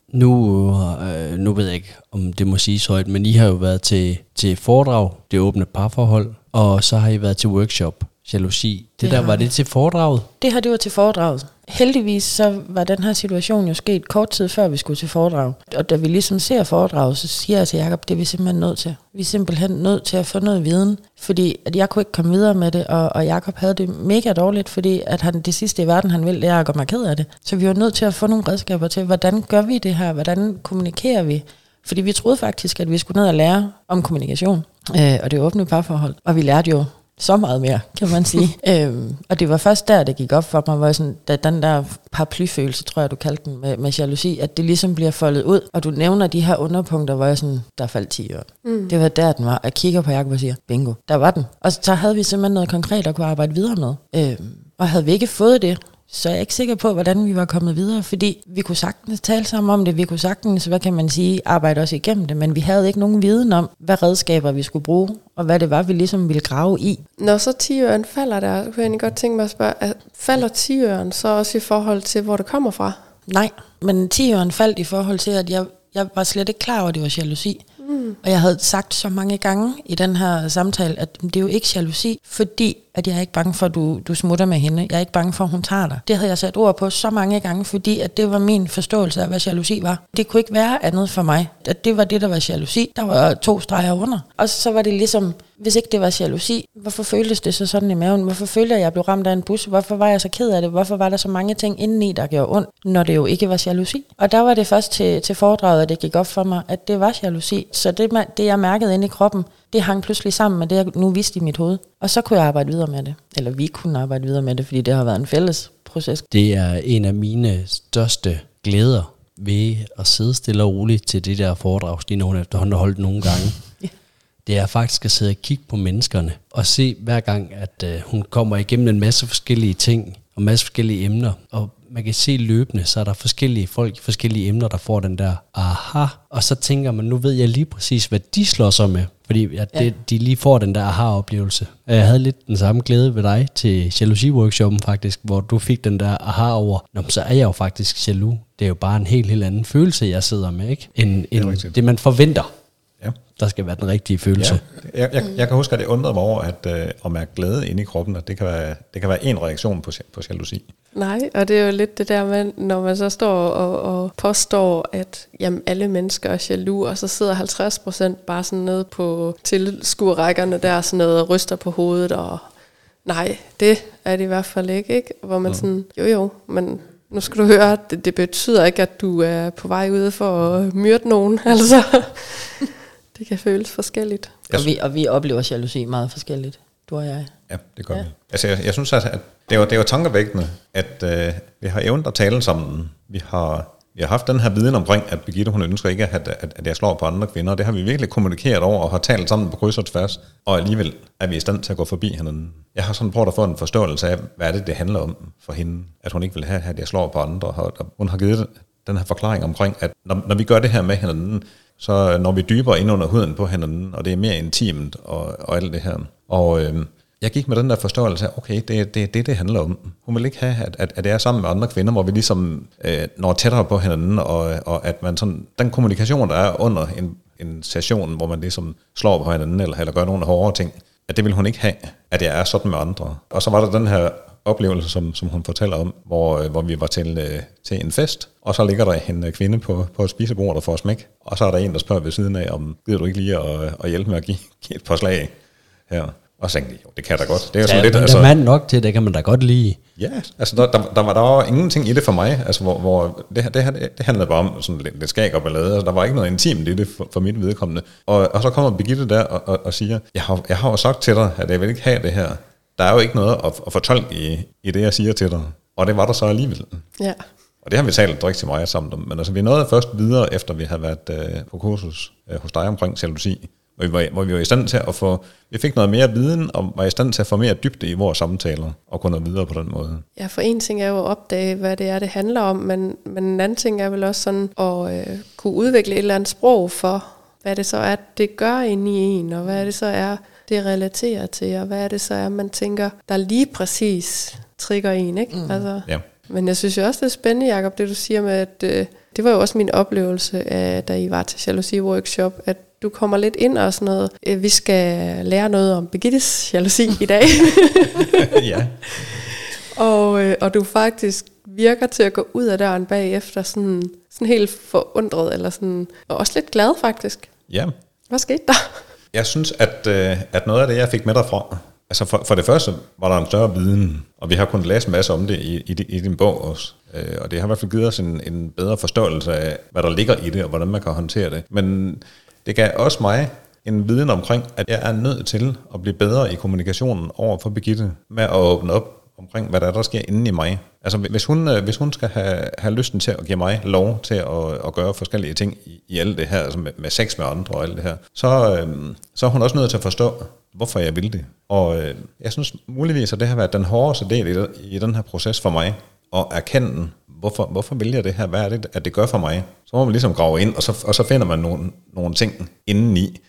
Nu ved jeg ikke, om det må siges højt, men I har jo været til foredrag, det åbne parforhold, og så har I været til workshop, jalousi. Var det til foredraget? Det var til foredraget. Heldigvis så var den her situation jo sket kort tid før vi skulle til foredrag. Og da vi ligesom ser foredraget, så siger jeg til Jakob, det er vi simpelthen nødt til. Vi er simpelthen nødt til at få noget viden, fordi at jeg kunne ikke komme videre med det, og Jakob havde det mega dårligt, fordi at han det sidste i verden, han ville, det er at gå mig ked af det. Så vi var nødt til at få nogle redskaber til, hvordan gør vi det her, hvordan kommunikerer vi? Fordi vi troede faktisk, at vi skulle ned og lære om kommunikation, og det åbne parforhold. Og vi lærte jo så meget mere, kan man sige. Og det var først der, det gik op for mig, hvor sådan, da den der paraplyfølelse, tror jeg, du kaldte den, med jalousi, at det ligesom bliver foldet ud, og du nævner de her underpunkter, hvor jeg sådan, der faldt 10 år. Det var der, den var. Jeg kigger på Jakob og siger, bingo, der var den. Og så havde vi simpelthen noget konkret at kunne arbejde videre med. Og havde vi ikke fået det, så er jeg ikke sikker på, hvordan vi var kommet videre, fordi vi kunne sagtens tale sammen om det, vi kunne sagtens, hvad kan man sige, arbejde også igennem det, men vi havde ikke nogen viden om, hvad redskaber vi skulle bruge, og hvad det var, vi ligesom ville grave i. Når så 10-øren falder der, kunne jeg egentlig godt tænke mig at spørge, falder 10-øren så også i forhold til, hvor det kommer fra? Nej, men 10-øren faldt i forhold til, at jeg var slet ikke klar over, at det var jalousi. Og jeg havde sagt så mange gange i den her samtale, at det er jo ikke jalousi, fordi at jeg er ikke bange for, at du smutter med hende. Jeg er ikke bange for, at hun tager dig. Det havde jeg sat ord på så mange gange, fordi at det var min forståelse af, hvad jalousi var. Det kunne ikke være andet for mig. At det var det, der var jalousi. Der var 2 streger under. Og så var det ligesom, hvis ikke det var jalousi, hvorfor føltes det så sådan i maven? Hvorfor følte jeg, at jeg blev ramt af en bus? Hvorfor var jeg så ked af det? Hvorfor var der så mange ting indeni, der gjorde ondt, når det jo ikke var jalousi? Og der var det først til foredraget, at det gik op for mig, at det var jalousi. Så det jeg mærkede inde i kroppen, det hang pludselig sammen med det, jeg nu vidste i mit hoved. Og så kunne jeg arbejde videre med det. Eller vi kunne arbejde videre med det, fordi det har været en fælles proces. Det er en af mine største glæder ved at sidde stille og roligt til det der foredrag, Stine hun efterhånden har holdt nogle gange. Det er faktisk at sidde og kigge på menneskerne og se hver gang, at hun kommer igennem en masse forskellige ting og en masse forskellige emner. Og man kan se løbende, så er der forskellige folk, forskellige emner, der får den der aha. Og så tænker man, nu ved jeg lige præcis, hvad de slår sig med. Fordi de lige får den der aha-oplevelse. Jeg havde lidt den samme glæde ved dig til jalousi-workshoppen faktisk, hvor du fik den der aha over, så er jeg jo faktisk jaloux. Det er jo bare en helt anden følelse, jeg sidder med, ikke? End det, man forventer. Ja. Der skal være den rigtige følelse. Ja. Jeg kan huske, at det undrede mig over, at om jeg er glæde inde i kroppen, at det kan være en reaktion på jalousi. Nej, og det er jo lidt det der med, når man så står og påstår, at jamen, alle mennesker er jaloux, og så sidder 50% bare sådan nede på tilskuerrækkerne der, sådan noget, og ryster på hovedet, og nej, det er det i hvert fald ikke? Hvor man sådan, jo, men nu skal du høre, at det betyder ikke, at du er på vej ude for at myrde nogen, altså. Det kan føles forskelligt. Og vi oplever jalousi meget forskelligt, du og jeg. Ja, det gør vi. Altså, jeg synes, at det er jo tankevækkende, at vi har evnet at tale sammen. Vi har Vi har haft den her viden omkring, at Birgitte, hun ønsker ikke, at jeg slår på andre kvinder. Det har vi virkelig kommunikeret over og har talt sammen på kryds og tværs. Og alligevel er vi i stand til at gå forbi hinanden. Jeg har sådan prøvet at få en forståelse af, hvad det handler om for hende. At hun ikke vil have, at jeg slår på andre. Og hun har givet den her forklaring omkring, at når vi gør det her med hinanden, så når vi dybere ind under huden på hinanden, og det er mere intimt og alt det her. Og jeg gik med den der forståelse af, okay, det handler om. Hun vil ikke have, at jeg er sammen med andre kvinder, hvor vi ligesom når tættere på hinanden, og at man sådan, den kommunikation, der er under en session, hvor man ligesom slår på hinanden, eller gør nogle hårde ting, at det vil hun ikke have, at jeg er sådan med andre. Og så var der den her oplevelse, som hun fortæller om, hvor vi var til en fest, og så ligger der en kvinde på et spisebord, der får smæk, og så er der en, der spørger ved siden af, om gider du ikke lige at hjælpe med at give et par slag her. Og så tænkte jeg, jo, det kan jeg da godt. Det er jo sådan lidt, altså, der er mand nok til, det kan man da godt lide. Ja, altså der var ingenting i det for mig, altså hvor det handlede bare om sådan lidt skæg og ballade, altså der var ikke noget intimt i det for mit vedkommende. Og så kommer Birgitte der og siger, jeg har jo sagt til dig, at jeg vil ikke have det her. Der er jo ikke noget at fortolke i det, jeg siger til dig. Og det var der så alligevel. Ja. Og det har vi talt rigtig meget sammen om. Men altså, vi nåede først videre, efter vi havde været på kursus hos dig omkring jalousi. Hvor vi var i stand til at få, vi fik noget mere viden, og var i stand til at få mere dybde i vores samtaler, og kunne nå videre på den måde. Ja, for en ting er jo at opdage, hvad det er, det handler om, men en anden ting er vel også sådan at kunne udvikle et eller andet sprog for, hvad det så er, det gør inde i en, og hvad det så er, det relaterer til, og hvad det så er, man tænker, der lige præcis trigger en, ikke? Mm. Altså, ja. Men jeg synes jo også, det er spændende, Jacob, det du siger med, at det var jo også min oplevelse, da I var til jalousi-workshop, at du kommer lidt ind og sådan noget. Vi skal lære noget om Birgittes jalousi i dag. Ja. Og du faktisk virker til at gå ud af døren bagefter sådan helt forundret, eller sådan, og også lidt glad faktisk. Ja. Hvad skete der? Jeg synes, at noget af det, jeg fik med derfra, altså for det første var der en større viden, og vi har kunnet læse en masse om det i din bog også. Og det har i hvert fald givet os en bedre forståelse af, hvad der ligger i det, og hvordan man kan håndtere det. Men det gav også mig en viden omkring, at jeg er nødt til at blive bedre i kommunikationen over for Birgitte, med at åbne op omkring, hvad der sker inde i mig. Altså hvis hun skal have lysten til at give mig lov til at gøre forskellige ting i alt det her, altså med sex med andre og alt det her, så er hun også nødt til at forstå, hvorfor jeg vil det. Og jeg synes muligvis, at det har været den hårdeste del i den her proces for mig, at erkende, hvorfor vil jeg det her? Hvad er det, at det gør for mig? Så må man ligesom grave ind, og så finder man nogle ting indeni,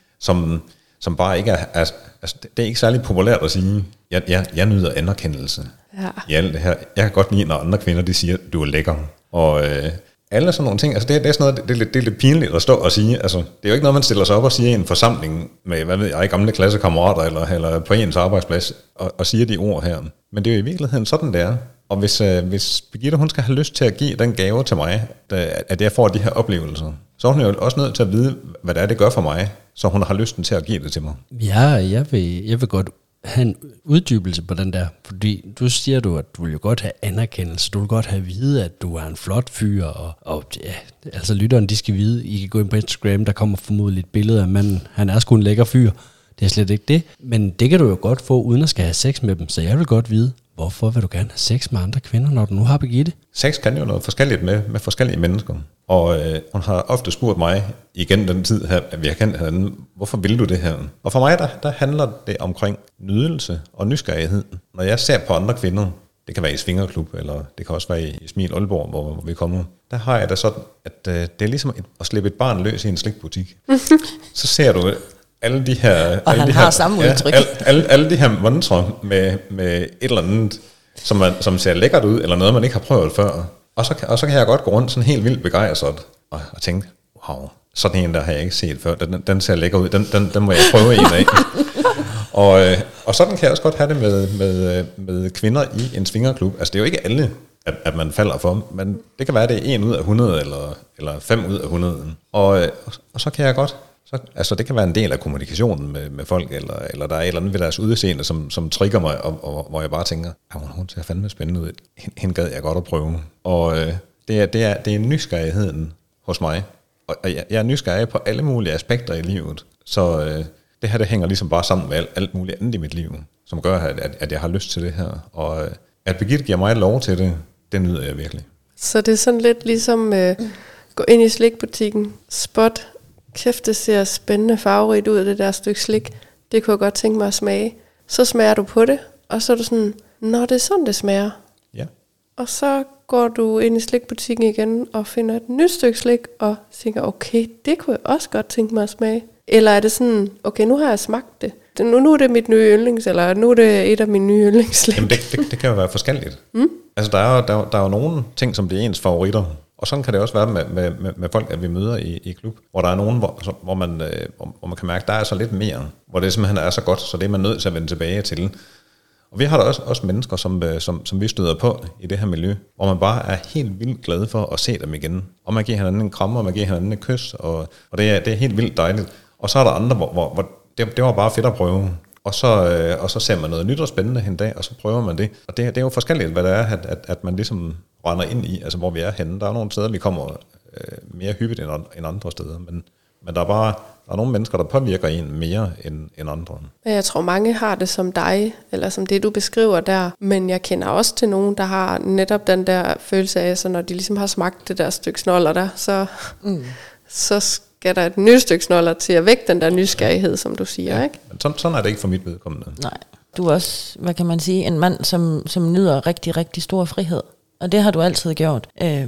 som bare ikke er... Altså, det er ikke særlig populært at sige, jeg nyder anerkendelse i alt det her. Jeg kan godt lide, når andre kvinder de siger, du er lækker. Og alle sådan nogle ting, altså det er sådan noget, det er lidt pinligt at stå og sige. Altså, det er jo ikke noget, man stiller sig op og siger i en forsamling med, hvad ved jeg, gamle klassekammerater eller på ens arbejdsplads og siger de ord her. Men det er jo i virkeligheden sådan, det er. Og hvis Birgitte, hun skal have lyst til at give den gave til mig, at jeg får de her oplevelser, så er hun jo også nødt til at vide, hvad det er, det gør for mig, så hun har lysten til at give det til mig. Ja, jeg vil godt have en uddybelse på den der, fordi du siger at du vil jo godt have anerkendelse, du vil godt have at vide, at du er en flot fyr, og ja, altså lytteren, de skal vide, I kan gå ind på Instagram, der kommer formodentlig et billede af manden, han er sgu en lækker fyr, det er slet ikke det, men det kan du jo godt få, uden at skal have sex med dem, så jeg vil godt vide, hvorfor vil du gerne have sex med andre kvinder, når du nu har Birgitte? Sex kan jo noget forskelligt med forskellige mennesker. Og hun har ofte spurgt mig, igen den tid her, at vi har kendt hinanden, hvorfor vil du det her? Og for mig, der handler det omkring nydelse og nysgerrighed. Når jeg ser på andre kvinder, det kan være i Svingerklub, eller det kan også være i Smil Aalborg, hvor vi kommer, der har jeg da sådan, at det er ligesom at slippe et barn løs i en slikbutik. Så ser du alle de her... Og han har samme udtryk. Alle de her monstre med et eller andet, som ser lækkert ud, eller noget, man ikke har prøvet før. Og så kan jeg godt gå rundt sådan helt vildt begejstret og tænke, wow, sådan en der har jeg ikke set før. Den ser lækker ud, den må jeg prøve en af. Og sådan kan jeg også godt have det med kvinder i en svingerklub. Altså det er jo ikke alle, at man falder for, men det kan være, det er 1 ud af 100, eller 5 ud af 100. Og så kan jeg godt... Altså det kan være en del af kommunikationen med folk, eller der er et eller andet ved deres udseende, som trigger mig, og hvor jeg bare tænker, hun ser fandme spændende ud. Hende gad jeg godt at prøve. Og det er nysgerrigheden hos mig. Og jeg er nysgerrig på alle mulige aspekter i livet. Så det her, det hænger ligesom bare sammen med alt muligt andet i mit liv, som gør, at jeg har lyst til det her. Og at Birgitte giver mig lov til det, det nyder jeg virkelig. Så det er sådan lidt ligesom gå ind i slikbutikken, spot, kæft det ser spændende farverigt ud af det der stykke slik, det kunne jeg godt tænke mig at smage. Så smager du på det, og så er du sådan, nå det er sådan det smager. Ja. Og så går du ind i slikbutikken igen og finder et nyt stykke slik og tænker, okay, det kunne jeg også godt tænke mig at smage. Eller er det sådan, okay, nu har jeg smagt det. Nu er det mit nye yndlings, eller nu er det et af mine nye yndlingsslik. Jamen det kan jo være forskelligt. Altså der er jo nogle ting, som det er ens favoritter. Og sådan kan det også være med folk, at vi møder i klub, hvor der er nogen, hvor man kan mærke, at der er så lidt mere, hvor det simpelthen er så godt, så det er man nødt til at vende tilbage til. Og vi har da også mennesker, som vi støder på i det her miljø, hvor man bare er helt vildt glad for at se dem igen. Og man giver hinanden en krammer, og man giver hinanden et kys, og det er helt vildt dejligt. Og så er der andre, hvor det var bare fedt at prøve. Og så ser man noget nyt og spændende en dag, og så prøver man det. Og det er jo forskelligt, hvad det er, at man ligesom render ind i, altså hvor vi er henne. Der er nogle steder, vi kommer mere hyppigt end andre steder, men der er nogle mennesker, der påvirker en mere end andre. Jeg tror, mange har det som dig, eller som det, du beskriver der. Men jeg kender også til nogen, der har netop den der følelse af, så når de ligesom har smagt det der stykke snoller der, så skal der et nyt stykke snoller til at vække den der nysgerrighed, som du siger, ja, ikke? Men sådan er det ikke for mit vedkommende. Nej, du er også, hvad kan man sige, en mand, som nyder rigtig, rigtig stor frihed. Og det har du altid gjort.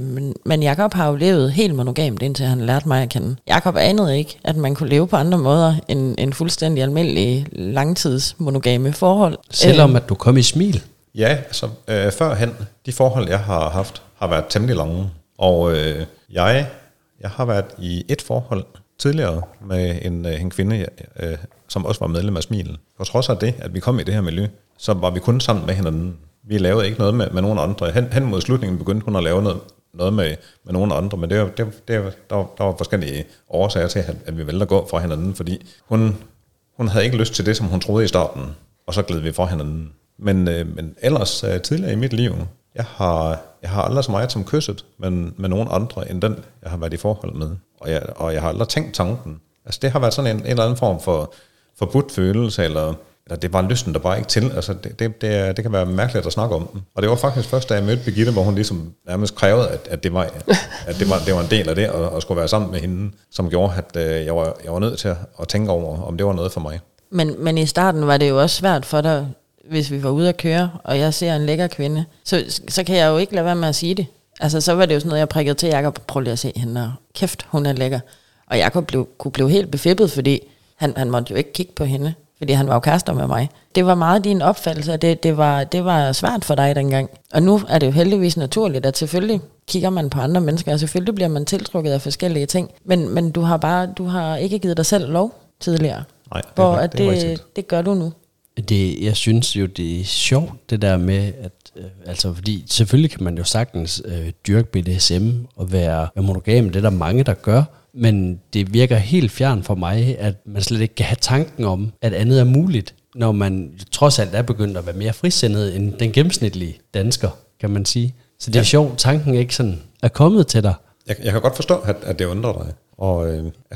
Men Jakob har jo levet helt monogamt, indtil han lærte mig at kende. Jakob anede ikke, at man kunne leve på andre måder end fuldstændig almindelige langtidsmonogame forhold. Selvom at du kom i smil? Ja, altså førhen, de forhold, jeg har haft, har været temmelig lange. Og jeg har været i et forhold tidligere med en kvinde, som også var medlem af Smil. På trods af det, at vi kom i det her miljø, så var vi kun sammen med hinanden. Vi lavede ikke noget med nogen andre. Hen mod slutningen begyndte hun at lave noget med nogen andre, men der var forskellige årsager til, at vi valgte at gå fra hinanden, fordi hun havde ikke lyst til det, som hun troede i starten, og så gled vi fra hinanden. Men ellers tidligere i mit liv, jeg har aldrig så meget som kysset med nogen andre, end den, jeg har været i forhold med. Og jeg har aldrig tænkt tanken. Altså det har været sådan en eller anden form for forbudt følelse, eller det var lysten, der bare ikke til. Altså det kan være mærkeligt at snakke om den. Og det var faktisk først, da jeg mødte Birgitte, hvor hun ligesom nærmest krævede, at det var en del af det, og skulle være sammen med hende, som gjorde, at jeg var nødt til at tænke over, om det var noget for mig. Men i starten var det jo også svært for dig, hvis vi var ude at køre, og jeg ser en lækker kvinde, så kan jeg jo ikke lade være med at sige det. Altså så var det jo sådan noget, jeg prikkede til Jakob, prøv lige at se hende, og kæft, hun er lækker. Og Jakob kunne blive helt befippet, fordi han måtte jo ikke kigge på hende, fordi han var jo kærester med mig. Det var meget din opfattelse, og det var svært for dig dengang. Og nu er det jo heldigvis naturligt, at selvfølgelig kigger man på andre mennesker, og selvfølgelig bliver man tiltrukket af forskellige ting. Men du har ikke givet dig selv lov tidligere. Nej, det gør du nu. Jeg synes jo, det er sjovt, det der med, at fordi selvfølgelig kan man jo sagtens dyrke BDSM og være monogam, det er der mange, der gør, men det virker helt fjern for mig, at man slet ikke kan have tanken om, at andet er muligt, når man trods alt er begyndt at være mere frisindet end den gennemsnitlige dansker, kan man sige. Så det er sjovt, tanken ikke sådan er kommet til dig. Jeg kan godt forstå, at det undrer dig. Og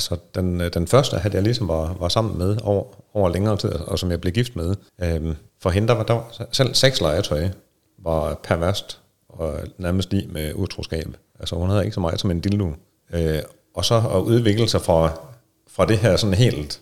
den første, at jeg ligesom var sammen med over længere tid, og som jeg blev gift med, for hende, der var selv sexlegetøj var perverst og nærmest lige med utroskab. Altså hun havde ikke så meget som en dildo. Og så at udvikle sig fra det her sådan helt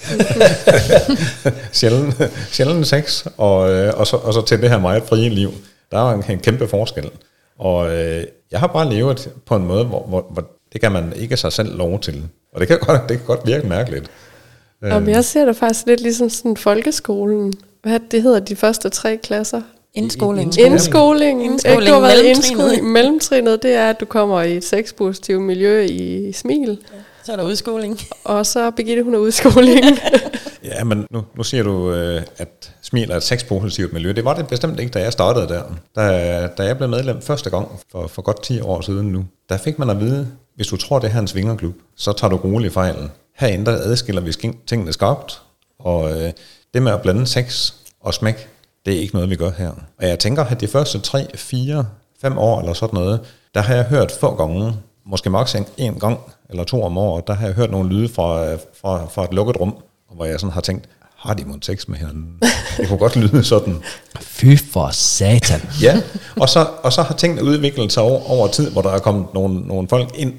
sjælden sex, og så til det her meget frie liv. Der var en kæmpe forskel. Og jeg har bare levet på en måde, hvor det kan man ikke sig selv lov til. Og det kan godt virke mærkeligt. Og jeg ser det faktisk lidt ligesom sådan folkeskolen. Hvad det hedder de første 3 klasser? Indskoling. Du har været indskoling. Mellemtrinnet, det er, at du kommer i et sexpositivt miljø i Smil. Ja. Så er der udskoling. Og så Birgitte, hun er udskoling. Ja, men nu siger du, at Smil er et sexpositivt miljø. Det var det bestemt ikke, da jeg startede der. Da jeg blev medlem første gang, for godt 10 år siden nu, der fik man at vide, hvis du tror, det her er en svingerklub, så tager du roligt fejl. Herinde der adskiller vi tingene skarpt, og det med at blande sex og smæk, det er ikke noget, vi gør her. Og jeg tænker, at de første 3, 4, 5 år eller sådan noget, der har jeg hørt få gange, måske maks 1 gang eller 2 om året, der har jeg hørt nogle lyde fra et lukket rum, hvor jeg sådan har tænkt, har de måttet sex med hinanden? Det kunne godt lyde sådan. Fy for satan. Ja, og så har tingene udviklet sig over tid, hvor der er kommet nogle folk ind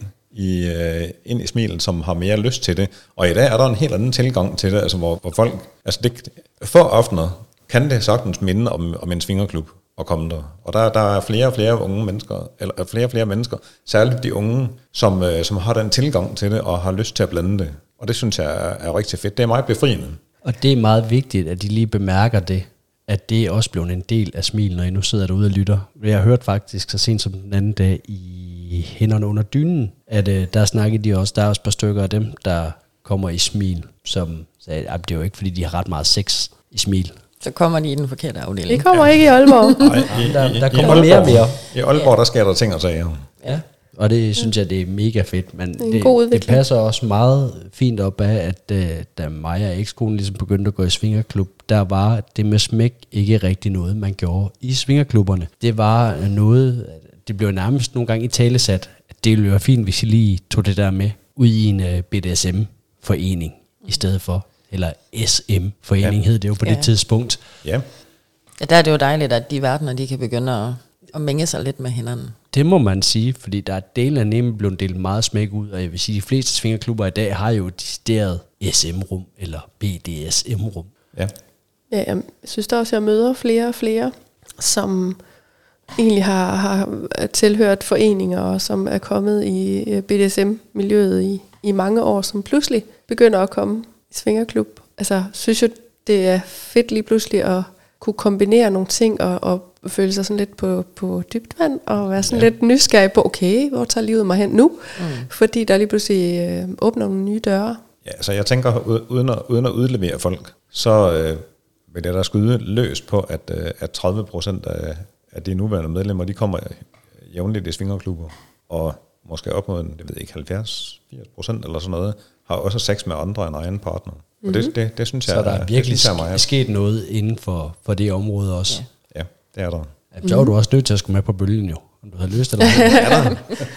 i Smilet, som har mere lyst til det. Og i dag er der en helt anden tilgang til det, altså hvor folk, altså det, for aftener kan det sagtens minde om en svingerklub at komme der. Og der er flere og flere unge mennesker, eller flere og flere mennesker, særligt de unge, som har den tilgang til det, og har lyst til at blande det. Og det synes jeg er rigtig fedt. Det er meget befriende. Og det er meget vigtigt, at de lige bemærker det, at det er også blevet en del af Smil, når I nu sidder derude og lytter. Jeg har hørt faktisk så sent som den anden dag i Hænderne under dynen, at der snakkede de også, der er også et par stykker af dem, der kommer i Smil, som sagde, at det er jo ikke, fordi de har ret meget sex i Smil. Så kommer de i den forkerte afdeling. Det kommer ikke i Aalborg. Nej, der kommer mere og mere. I Aalborg, der sker der ting og sager. Ja. Og det synes jeg, det er mega fedt. Men det passer også meget fint op af, at da mig og ekskonen ligesom begyndte at gå i svingerklub, der var det med smæk ikke rigtig noget, man gjorde i svingerklubberne. Det var noget, det blev nærmest nogle gange i talesat, at det ville være fint, hvis I lige tog det der med ud i en BDSM-forening i stedet for. Eller SM-forening hed det jo på det tidspunkt. Ja. Ja, der er det jo dejligt, at de verdener, de kan begynde at mænge sig lidt med hinanden. Det må man sige, fordi der er delen af nemlig blevet delt meget smæk ud, og jeg vil sige, at de fleste svingerklubber i dag har jo decideret SM-rum eller BDSM-rum. Ja. Ja, jeg synes da også, at jeg møder flere og flere, som egentlig har tilhørt foreninger, og som er kommet i BDSM-miljøet i mange år, som pludselig begynder at komme i svingerklub. Altså, synes jo, det er fedt lige pludselig at kunne kombinere nogle ting og føle sig sådan lidt på dybt vand, og være sådan lidt nysgerrig på, okay, hvor tager livet mig hen nu? Fordi der lige pludselig åbner nogle nye døre. Ja, så jeg tænker, uden at udlevere folk, så vil jeg da skyde løs på, at 30% af de nuværende medlemmer, de kommer jævnligt i svingerklubber, og måske op mod, jeg ved ikke, 70-80% eller sådan noget, har også sex med andre end egen partner. Og det synes jeg, så der er virkelig er sket noget inden for det område også. Ja, det er der. Ja, så er du også nødt til at skulle med på bølgen jo. Om du har lyst eller ej.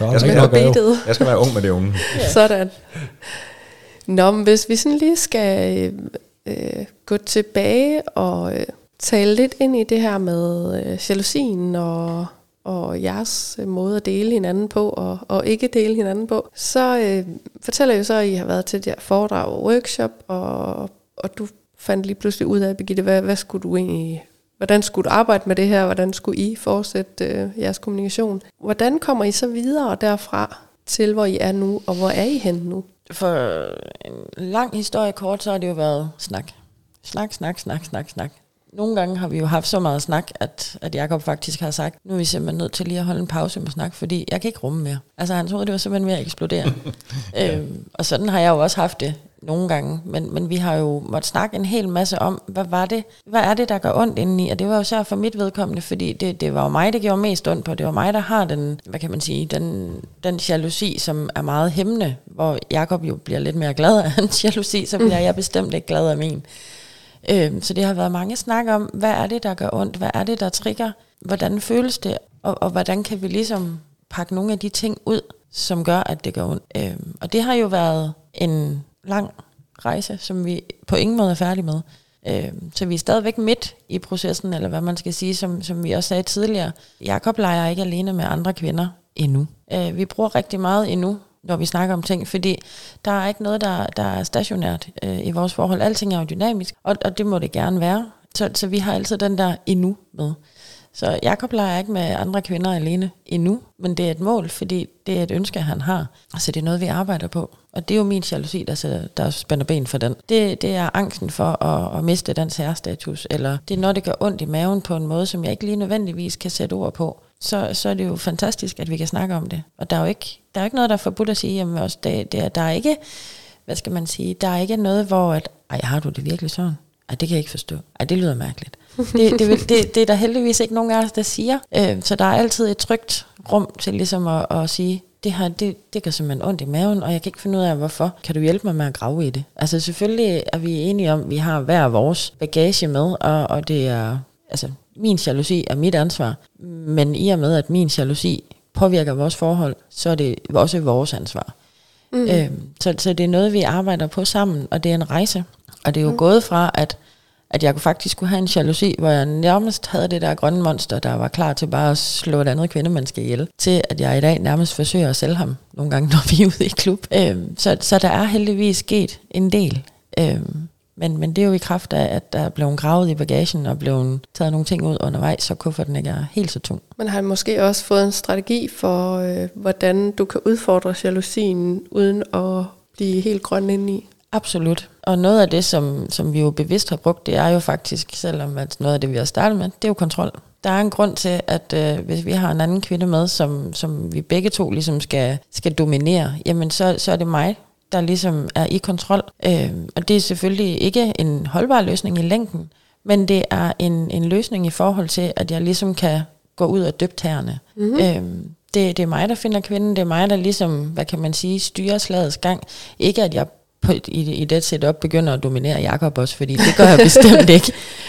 Jeg skal være ung med det unge. Sådan. Nå, men hvis vi sådan lige skal gå tilbage og tale lidt ind i det her med jalousien og jeres måde at dele hinanden på, og ikke dele hinanden på, så fortæller jeg så, at I har været til det her foredrag og workshop, og du fandt lige pludselig ud af, Birgitte, hvad skulle du egentlig, hvordan skulle du arbejde med det her, hvordan skulle I fortsætte jeres kommunikation? Hvordan kommer I så videre derfra til, hvor I er nu, og hvor er I henne nu? For en lang historie kort, så har det jo været snak. Snak. Nogle gange har vi jo haft så meget snak, at Jakob faktisk har sagt, nu er vi simpelthen nødt til lige at holde en pause med snak, fordi jeg kan ikke rumme mere. Altså han troede, det var simpelthen ved at eksplodere. Og sådan har jeg jo også haft det nogle gange. Men vi har jo måttet snakke en hel masse om, hvad er det, der gør ondt indeni? Og det var jo så for mit vedkommende, fordi det var jo mig, der gjorde mest ondt på. Det var mig, der har den, hvad kan man sige, den jalousi, som er meget hæmmende, hvor Jakob jo bliver lidt mere glad af hans jalousi, så bliver jeg bestemt ikke glad af min. Så det har været mange snak om, hvad er det, der gør ondt? Hvad er det, der trigger? Hvordan føles det? Og hvordan kan vi ligesom pakke nogle af de ting ud, som gør, at det gør ondt? Og det har jo været en lang rejse, som vi på ingen måde er færdige med. Så vi er stadigvæk midt i processen, eller hvad man skal sige, som vi også sagde tidligere. Jakob leger ikke alene med andre kvinder endnu. Vi bruger rigtig meget endnu, når vi snakker om ting, fordi der er ikke noget, der er stationært i vores forhold. Alting er jo dynamisk, og det må det gerne være. Så vi har altid den der endnu med. Så Jakob leger ikke med andre kvinder alene endnu, men det er et mål, fordi det er et ønske, han har. Så det er noget, vi arbejder på. Og det er jo min jalousi, der spænder ben for den. Det er angsten for at miste den særstatus, eller det er når det gør ondt i maven på en måde, som jeg ikke lige nødvendigvis kan sætte ord på. Så er det jo fantastisk, at vi kan snakke om det. Og der er jo ikke noget, der er forbudt at sige, jamen også, der er ikke, hvad skal man sige, der er ikke noget, hvor at, har du det virkelig sådan? Det kan jeg ikke forstå. Det lyder mærkeligt. Det er der heldigvis ikke nogen af os, der siger. Så der er altid et trygt rum til ligesom at sige, det her, det gør simpelthen ondt i maven, og jeg kan ikke finde ud af, hvorfor. Kan du hjælpe mig med at grave i det? Altså selvfølgelig er vi enige om, at vi har hver vores bagage med, og det er, altså min jalousi er mit ansvar, men i og med, at min jalousi påvirker vores forhold, så er det også vores ansvar. Så det er noget, vi arbejder på sammen, og det er en rejse. Og det er jo gået fra, at jeg faktisk kunne have en jalousi, hvor jeg nærmest havde det der grønne monster, der var klar til bare at slå et andet kvindemenneske ihjel, til at jeg i dag nærmest forsøger at sælge ham nogle gange, når vi er ude i klub. Så der er heldigvis sket en del. Men det er jo i kraft af, at der er blevet gravet i bagagen og blevet taget nogle ting ud undervejs, så kufferten ikke er helt så tung. Man har måske også fået en strategi for, hvordan du kan udfordre jalousien, uden at blive helt grøn indeni. Absolut. Og noget af det, som vi jo bevidst har brugt, det er jo faktisk, selvom at noget af det, vi har startet med, det er jo kontrol. Der er en grund til, at hvis vi har en anden kvinde med, som vi begge to ligesom skal dominere, jamen så er det mig, der ligesom er i kontrol. Og det er selvfølgelig ikke en holdbar løsning i længden, men det er en løsning i forhold til, at jeg ligesom kan gå ud og døbe tæerne. Mm-hmm. Det er mig, der finder kvinden, det er mig, der ligesom, hvad kan man sige, styrer slagets gang. Ikke at jeg i det setup begynder at dominere Jakob også, fordi det gør jeg bestemt ikke.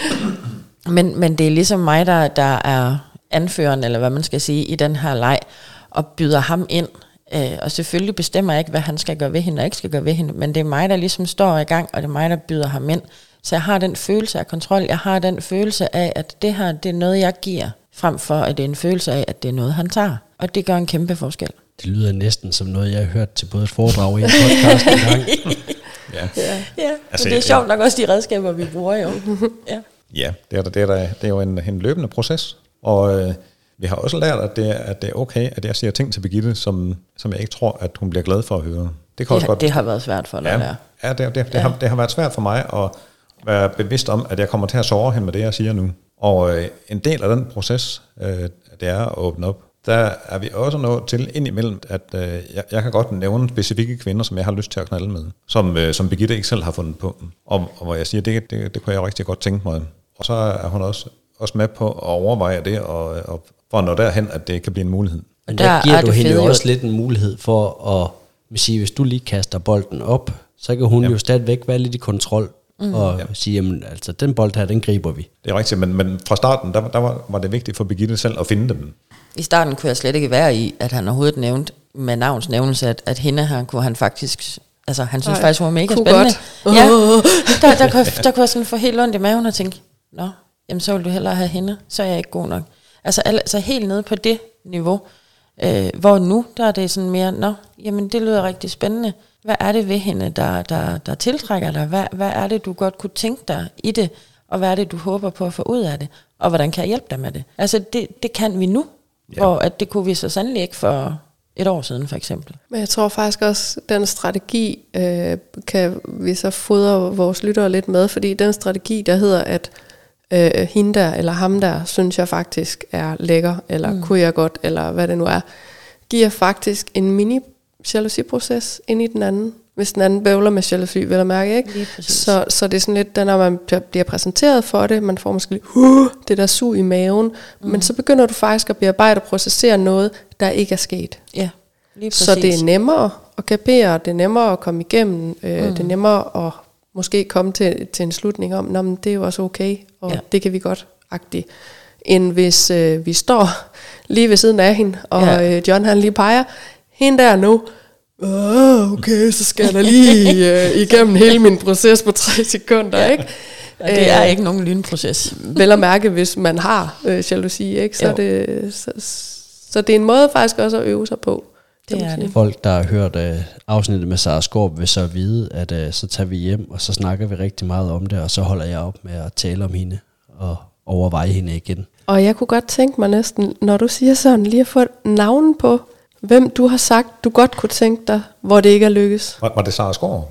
Men det er ligesom mig, der er anføreren, eller hvad man skal sige, i den her leg, og byder ham ind. Og selvfølgelig bestemmer jeg ikke, hvad han skal gøre ved hende og ikke skal gøre ved hende, men det er mig, der ligesom står i gang, og det er mig, der byder ham ind. Så jeg har den følelse af kontrol, jeg har den følelse af, at det her, det er noget, jeg giver, frem for at det er en følelse af, at det er noget, han tager. Og det gør en kæmpe forskel. Det lyder næsten som noget, jeg har hørt til både et foredrag og en podcast en gang. Ja. Altså, men det er sjovt nok også de redskaber, vi bruger jo. Ja, det er jo en løbende proces, og vi har også lært, at det er okay, at jeg siger ting til Birgitte, som jeg ikke tror, at hun bliver glad for at høre. Det har været svært for dig. Ja, det har været svært for mig at være bevidst om, at jeg kommer til at såre hende med det, jeg siger nu. Og en del af den proces, det er at åbne op. Der er vi også nået til indimellem, at jeg kan godt nævne specifikke kvinder, som jeg har lyst til at knalde med, som Birgitte ikke selv har fundet på. Og hvor jeg siger, det kunne jeg rigtig godt tænke mig. Og så er hun også med på at overveje det, og for at nå derhen, at det kan blive en mulighed. Men der giver du hende jo også lidt en mulighed for at sige, hvis du lige kaster bolden op, så kan hun jo stadigvæk være lidt i kontrol, og sige, jamen altså den bold her, den griber vi. Det er rigtigt, men fra starten, der var det vigtigt for Birgitte selv at finde dem. I starten kunne jeg slet ikke være i, at han overhovedet nævnte med navnsnævnelse, at hende her kunne han faktisk, altså han synes faktisk, hun var mega spændende. Ja, der kunne jeg sådan få helt ondt i maven og tænke, nå, jamen så vil du hellere have hende, så er jeg ikke god nok. Altså helt nede på det niveau, hvor nu, der er det sådan mere, nå, jamen det lyder rigtig spændende. Hvad er det ved hende, der tiltrækker dig? Hvad er det, du godt kunne tænke dig i det? Og hvad er det, du håber på at få ud af det? Og hvordan kan jeg hjælpe dig med det? Altså det kan vi nu, og at det kunne vi så sandelig ikke for et år siden for eksempel. Men jeg tror faktisk også, at den strategi kan vi så fodre vores lyttere lidt med, fordi den strategi, der hedder, at hende der eller ham der, synes jeg faktisk er lækker, eller kunne jeg godt, eller hvad det nu er, giver faktisk en mini-jalousiproces ind i den anden. Hvis den anden bøvler med jalousi, vil jeg mærke, ikke? Så det er sådan lidt, når man bliver præsenteret for det, man får måske det der sug i maven, men så begynder du faktisk at bearbejde og processere noget, der ikke er sket. Ja, lige præcis. Så det er nemmere at kapere, det er nemmere at komme igennem, det er nemmere at måske komme til en slutning om, nå, men det er jo også okay, og det kan vi godt-agtigt, end hvis vi står lige ved siden af hende, og John han lige peger, hende der nu, okay, så skal jeg da lige igennem hele min proces på 3 sekunder, ikke? Og det er ikke nogen lynproces. Vel at mærke, hvis man har jalousi, ikke? Så det er en måde faktisk også at øve sig på. Det er det. Folk, der har hørt afsnittet med Sara Skaarup, vil så vide, at så tager vi hjem, og så snakker vi rigtig meget om det, og så holder jeg op med at tale om hende, og overveje hende igen. Og jeg kunne godt tænke mig næsten, når du siger sådan, lige at få et navn på, hvem du har sagt, du godt kunne tænke dig, hvor det ikke er lykkes. Var det Sara Skaarup?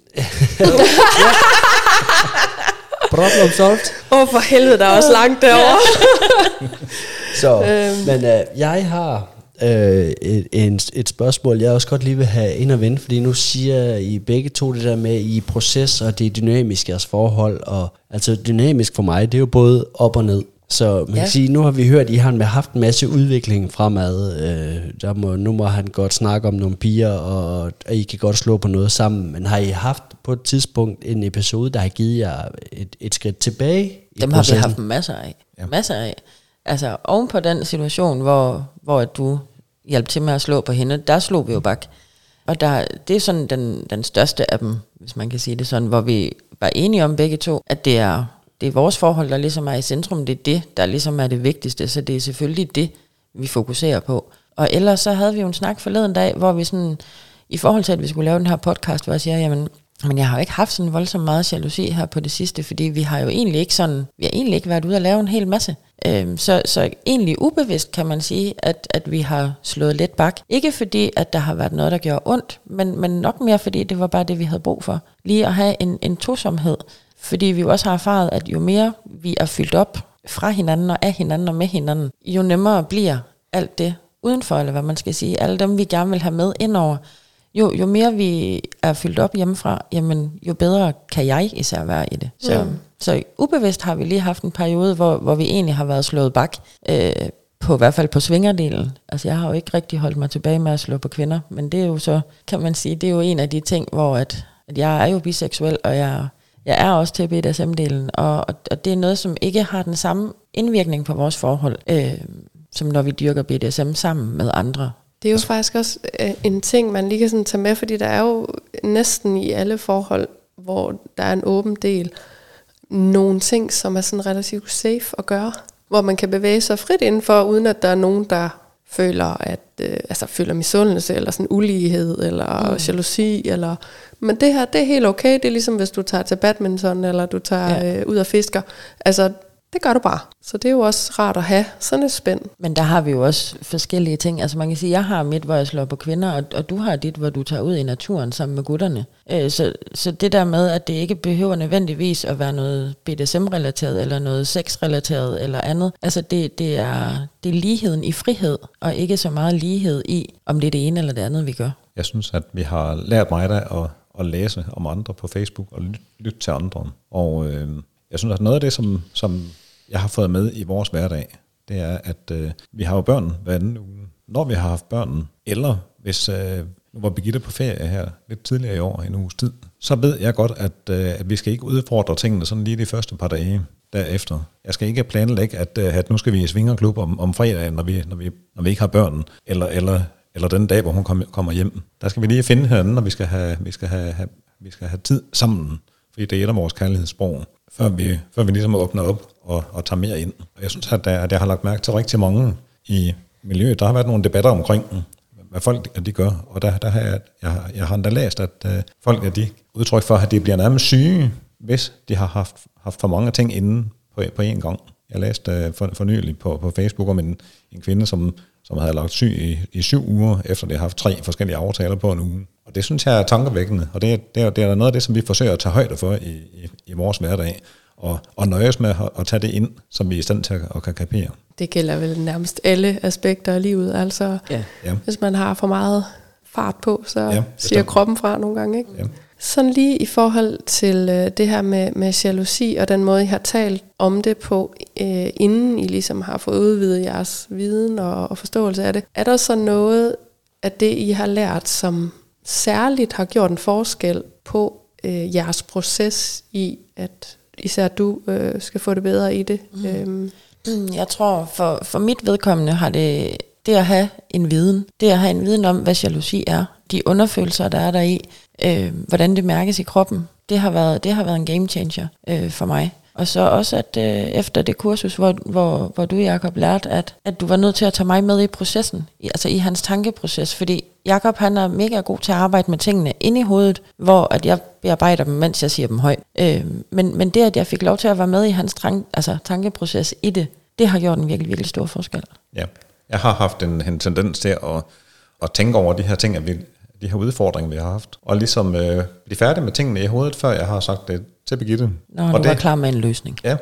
Problem solved. For helvede, der er også langt derovre. Så, men jeg har et spørgsmål, jeg også godt lige vil have ind og vende, fordi nu siger I begge to det der med i proces, og det er dynamisk jeres forhold, og altså dynamisk for mig, det er jo både op og ned. Så man kan sige, nu har vi hørt, at I har haft en masse udvikling fremad. Nu må han godt snakke om nogle piger, og I kan godt slå på noget sammen. Men har I haft på et tidspunkt en episode, der har givet jer et skridt tilbage? Dem har vi haft masser af. Ja. Masser af. Altså oven på den situation, hvor du hjalp til med at slå på hende, der slog vi jo bak. Og det er sådan den største af dem, hvis man kan sige det sådan, var enige om begge to, at det er vores forhold, der ligesom er i centrum. Det er det, der ligesom er det vigtigste. Så det er selvfølgelig det, vi fokuserer på. Og ellers så havde vi jo en snak forleden dag, hvor vi sådan, i forhold til, at vi skulle lave den her podcast, hvor jeg siger, jamen, men jeg har jo ikke haft sådan voldsomt meget jalousi her på det sidste, fordi vi har jo egentlig ikke været ude og lave en hel masse. Så egentlig ubevidst kan man sige, at vi har slået lidt bak. Ikke fordi, at der har været noget, der gjorde ondt, men nok mere fordi, det var bare det, vi havde brug for. Lige at have en tosomhed, fordi vi jo også har erfaret, at jo mere vi er fyldt op fra hinanden og af hinanden og med hinanden, jo nemmere bliver alt det udenfor, eller hvad man skal sige, alle dem, vi gerne vil have med indover. Jo mere vi er fyldt op hjemmefra, jamen, jo bedre kan jeg især være i det. Så ubevidst har vi lige haft en periode, hvor vi egentlig har været slået bak, på i hvert fald på svingerdelen. Altså jeg har jo ikke rigtig holdt mig tilbage med at slå på kvinder, men det er jo så, kan man sige, det er jo en af de ting, hvor at jeg er jo biseksuel, og jeg er også til BDSM-delen, og det er noget, som ikke har den samme indvirkning på vores forhold, som når vi dyrker BDSM sammen med andre. Det er jo faktisk også en ting, man lige kan sådan tage med, fordi der er jo næsten i alle forhold, hvor der er en åben del, nogle ting, som er sådan relativt safe at gøre, hvor man kan bevæge sig frit indenfor, uden at der er nogen, der føler, føler misundelse, eller sådan ulighed, eller jalousi, eller... Men det her, det er helt okay. Det er ligesom, hvis du tager til badminton, eller du tager ud og fisker. Altså, det gør du bare. Så det er jo også rart at have sådan et spænd. Men der har vi jo også forskellige ting. Altså man kan sige, jeg har mit, hvor jeg slår på kvinder, og du har dit, hvor du tager ud i naturen sammen med gutterne. Så det der med, at det ikke behøver nødvendigvis at være noget BDSM-relateret, eller noget sex-relateret, eller andet. Altså det er ligheden i frihed, og ikke så meget lighed i, om det er det ene eller det andet, vi gør. Jeg synes, at vi har lært mig at læse om andre på Facebook, og lytte til andre. Og jeg synes, at noget af det, som jeg har fået med i vores hverdag, det er, at vi har jo børn hver anden uge. Når vi har haft børn, eller hvis nu var Birgitte på ferie her lidt tidligere i år, en uges tid, så ved jeg godt, at vi skal ikke udfordre tingene sådan lige de første par dage derefter. Jeg skal ikke planlægge, at nu skal vi i svingerklub om fredagen, når vi ikke har børn, eller den dag, hvor hun kommer hjem. Der skal vi lige finde hinanden, og vi skal have tid sammen, fordi det er et af vores kærlighedssprog, før vi ligesom åbner op og tager mere ind. Og jeg synes, at jeg har lagt mærke til rigtig mange i miljøet. Der har været nogle debatter omkring, hvad folk de gør, og der har jeg har endda læst, at folk de udtryk for, at de bliver nærmest syge, hvis de har haft for mange ting inde på én gang. Jeg læste for nylig på Facebook om en kvinde, som havde lagt syg i 7 uger, efter det har haft 3 forskellige aftaler på en uge. Og det synes jeg er tankevækkende, og det er noget af det, som vi forsøger at tage højde for i vores hverdag, og nøjes med at tage det ind, som vi er i stand til at kan kapere. Det gælder vel nærmest alle aspekter af livet, altså hvis man har for meget fart på, så siger kroppen fra nogle gange, ikke? Ja. Sådan lige i forhold til det her med jalousi, og den måde, I har talt om det på, inden I ligesom har fået udvidet jeres viden og forståelse af det. Er der så noget af det, I har lært, som særligt har gjort en forskel på jeres proces i, at især du skal få det bedre i det? Jeg tror, for mit vedkommende har det at have en viden om, hvad jalousi er, de underfølelser, der er der i, hvordan det mærkes i kroppen, det har været en game changer for mig. Og så også, at efter det kursus, hvor du, Jacob, lærte, at du var nødt til at tage mig med i processen, altså i hans tankeproces, fordi Jacob, han er mega god til at arbejde med tingene inde i hovedet, hvor at jeg bearbejder dem, mens jeg siger dem højt. Men det, at jeg fik lov til at være med i hans tankeproces i det har gjort en virkelig, virkelig stor forskel. Ja, jeg har haft en tendens til at tænke over de her ting, de her udfordringer, vi har haft, og ligesom blive færdig med tingene i hovedet, før jeg har sagt det til Birgitte. Når du var klar med en løsning. Ja.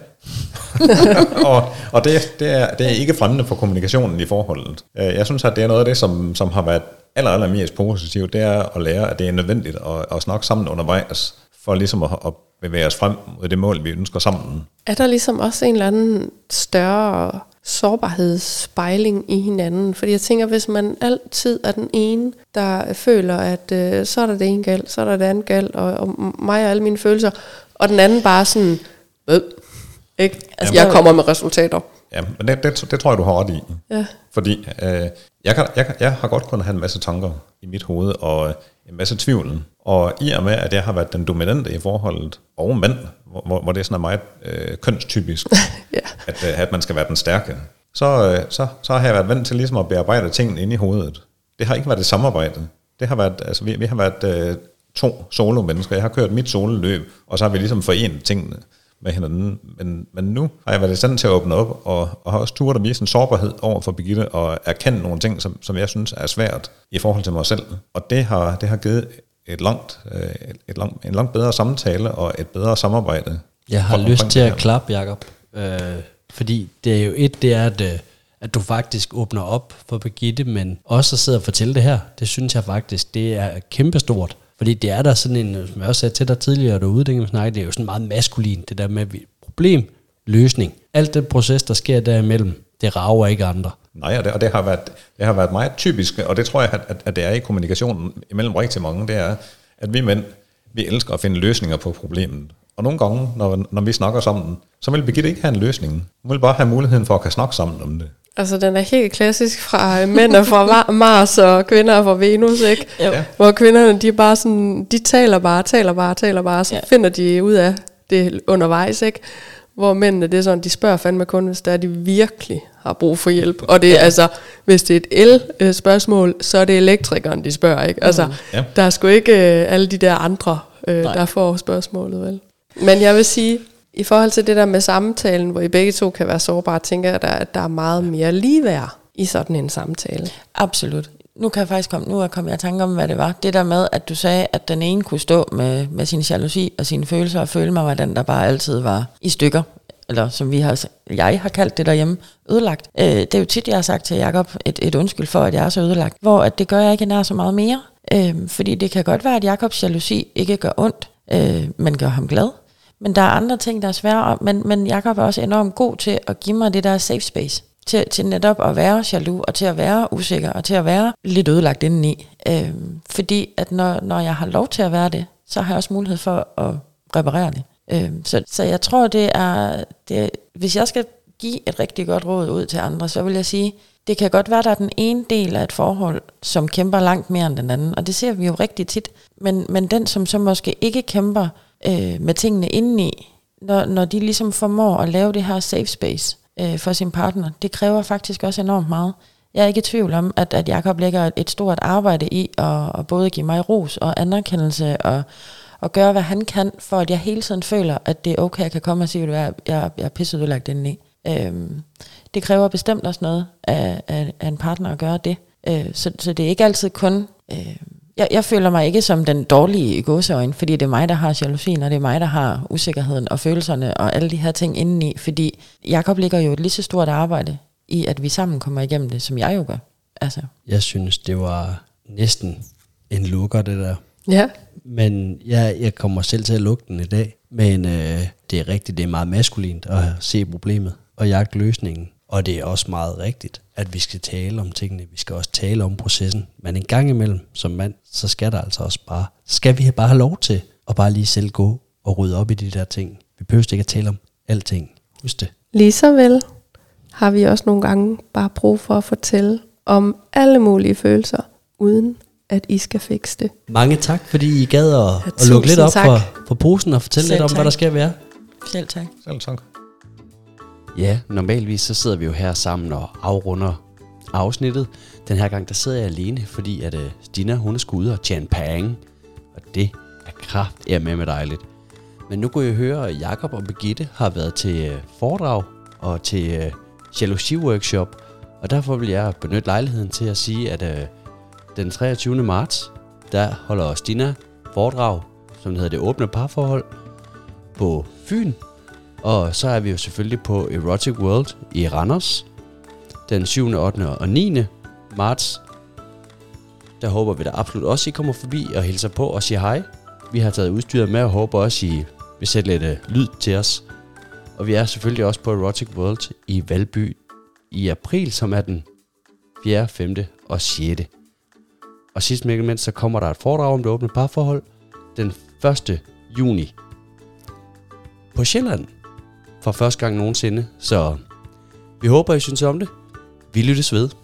og det er ikke fremmende for kommunikationen i forholdet. Jeg synes, at det er noget af det, som har været allermest positivt, det er at lære, at det er nødvendigt at snakke sammen undervejs, for ligesom at bevæge os frem mod det mål, vi ønsker sammen. Er der ligesom også en eller anden større sårbarhedsspejling i hinanden? Fordi jeg tænker, hvis man altid er den ene, der føler, at så er der det ene galt, så er der det andet galt, og mig og alle mine følelser, og den anden bare sådan, ikke? Altså, jeg kommer med resultater. Ja, men det tror jeg, du har ret i. Ja. Fordi jeg har godt kunnet have en masse tanker i mit hoved, og en masse tvivl. Og i og med, at jeg har været den dominante i forholdet, og mand, hvor det sådan er meget kønstypisk, at man skal være den stærke, så har jeg været vant til ligesom at bearbejde tingene inde i hovedet. Det har ikke været et samarbejde. Det har været, altså vi har været 2 solo-mennesker. Jeg har kørt mit sololøb, og så har vi ligesom forenet tingene med hinanden. Men nu har jeg været i stand til at åbne op, og har også turde at vise en sårbarhed over for Birgitte, og erkende nogle ting, som jeg synes er svært i forhold til mig selv. Og det har givet en langt bedre samtale og et bedre samarbejde. Jeg har lyst til at klappe, Jacob. Fordi det er jo det er, at du faktisk åbner op for Birgitte, men også at sidde og fortælle det her, det synes jeg faktisk, det er kæmpestort. Fordi det er der sådan en, som jeg også sagde til dig tidligere derude, det er jo sådan meget maskulin, det der med problem, løsning. Alt den proces, der sker derimellem, det rager ikke andre. Nej, og det har været meget typisk, og det tror jeg, at det er i kommunikationen imellem rigtig mange, det er, at vi mænd, vi elsker at finde løsninger på problemet. Og nogle gange, når vi snakker sammen, så vil Birgitte ikke have en løsning. Hun vil bare have muligheden for at kan snakke sammen om det. Altså, den er helt klassisk fra mænd er fra Mars og kvinder er fra Venus, ikke? Ja. Hvor kvinderne, de er bare sådan, de taler bare, så finder de ud af det undervejs, ikke? Hvor mændene, det er sådan, de spørger fandme kun, hvis de virkelig har brug for hjælp. Og det er altså, hvis det er et el-spørgsmål, så er det elektrikeren, de spørger, ikke? Altså, der er sgu ikke alle de der andre, der får spørgsmålet, vel? Men jeg vil sige, i forhold til det der med samtalen, hvor I begge to kan være sårbare, tænker jeg, at der er meget mere ligeværd i sådan en samtale. Absolut. Nu kan jeg faktisk komme i tanke om, hvad det var. Det der med, at du sagde, at den ene kunne stå med sin jalousi og sine følelser, og føle mig var den, der bare altid var i stykker. Eller som jeg har kaldt det derhjemme, ødelagt. Det er jo tit, jeg har sagt til Jacob, et undskyld for, at jeg er så ødelagt. Hvor at det gør jeg ikke nær så meget mere. Fordi det kan godt være, at Jacobs jalousi ikke gør ondt, men gør ham glad. Men der er andre ting, der er svære, men Jacob er også enormt god til at give mig det der safe space. Til netop at være jaloux, og til at være usikker, og til at være lidt ødelagt indeni. Fordi at når jeg har lov til at være det, så har jeg også mulighed for at reparere det. Så jeg tror, det er, hvis jeg skal give et rigtig godt råd ud til andre, så vil jeg sige, det kan godt være, der er den ene del af et forhold, som kæmper langt mere end den anden, og det ser vi jo rigtig tit. Men den, som så måske ikke kæmper med tingene indeni, når de ligesom formår at lave det her safe space for sin partner, det kræver faktisk også enormt meget. Jeg er ikke i tvivl om, at Jacob lægger et stort arbejde i at både give mig ros og anerkendelse og gøre, hvad han kan, for at jeg hele tiden føler, at det er okay, jeg kan komme og sige, at jeg er pisset udlagt indeni. Det kræver bestemt også noget af en partner at gøre det. Så det er ikke altid kun... Jeg føler mig ikke som den dårlige i gåseøjne, fordi det er mig, der har jalousien, og det er mig, der har usikkerheden og følelserne og alle de her ting indeni, fordi Jacob ligger jo et lige så stort arbejde i, at vi sammen kommer igennem det, som jeg jo gør. Altså. Jeg synes, det var næsten en lukker, det der. Ja. Men jeg kommer selv til at lukke den i dag. Men det er rigtigt, det er meget maskulint at se problemet og jagte løsningen. Og det er også meget rigtigt, at vi skal tale om tingene. Vi skal også tale om processen. Men en gang imellem, som mand, så skal der altså også bare... Skal vi bare have lov til at bare lige selv gå og rydde op i de der ting. Vi behøver ikke at tale om alting. Husk det. Lige så vel har vi også nogle gange bare brug for at fortælle om alle mulige følelser, uden at I skal fikse det. Mange tak, fordi I gad at lukke lidt op for posen og fortælle lidt om, hvad der skal være. Selv tak. Selv tak. Ja, normalvis så sidder vi jo her sammen og afrunder afsnittet. Den her gang, der sidder jeg alene, fordi at Stina, hun er sgu ude og tjene penge. Og det er kraftedeme med dejligt. Men nu kunne jeg høre, at Jacob og Birgitte har været til foredrag og til jalousi-workshop. Og derfor vil jeg benytte lejligheden til at sige, at den 23. marts, der holder Stina foredrag, som hedder Det Åbne Parforhold, på Fyn. Og så er vi jo selvfølgelig på Erotic World i Randers den 7., 8. og 9. marts. Der håber vi da absolut også, I kommer forbi og hilser på og siger hej. Vi har taget udstyret med og håber også, I vil sætte lidt lyd til os. Og vi er selvfølgelig også på Erotic World i Valby i april, som er den 4., 5. og 6. Og sidst men ikke mindst, så kommer der et foredrag om Det Åbne Parforhold den 1. juni på Sjælland. For første gang nogensinde, så Vi håber, I synes om det. Vi lyttes ved.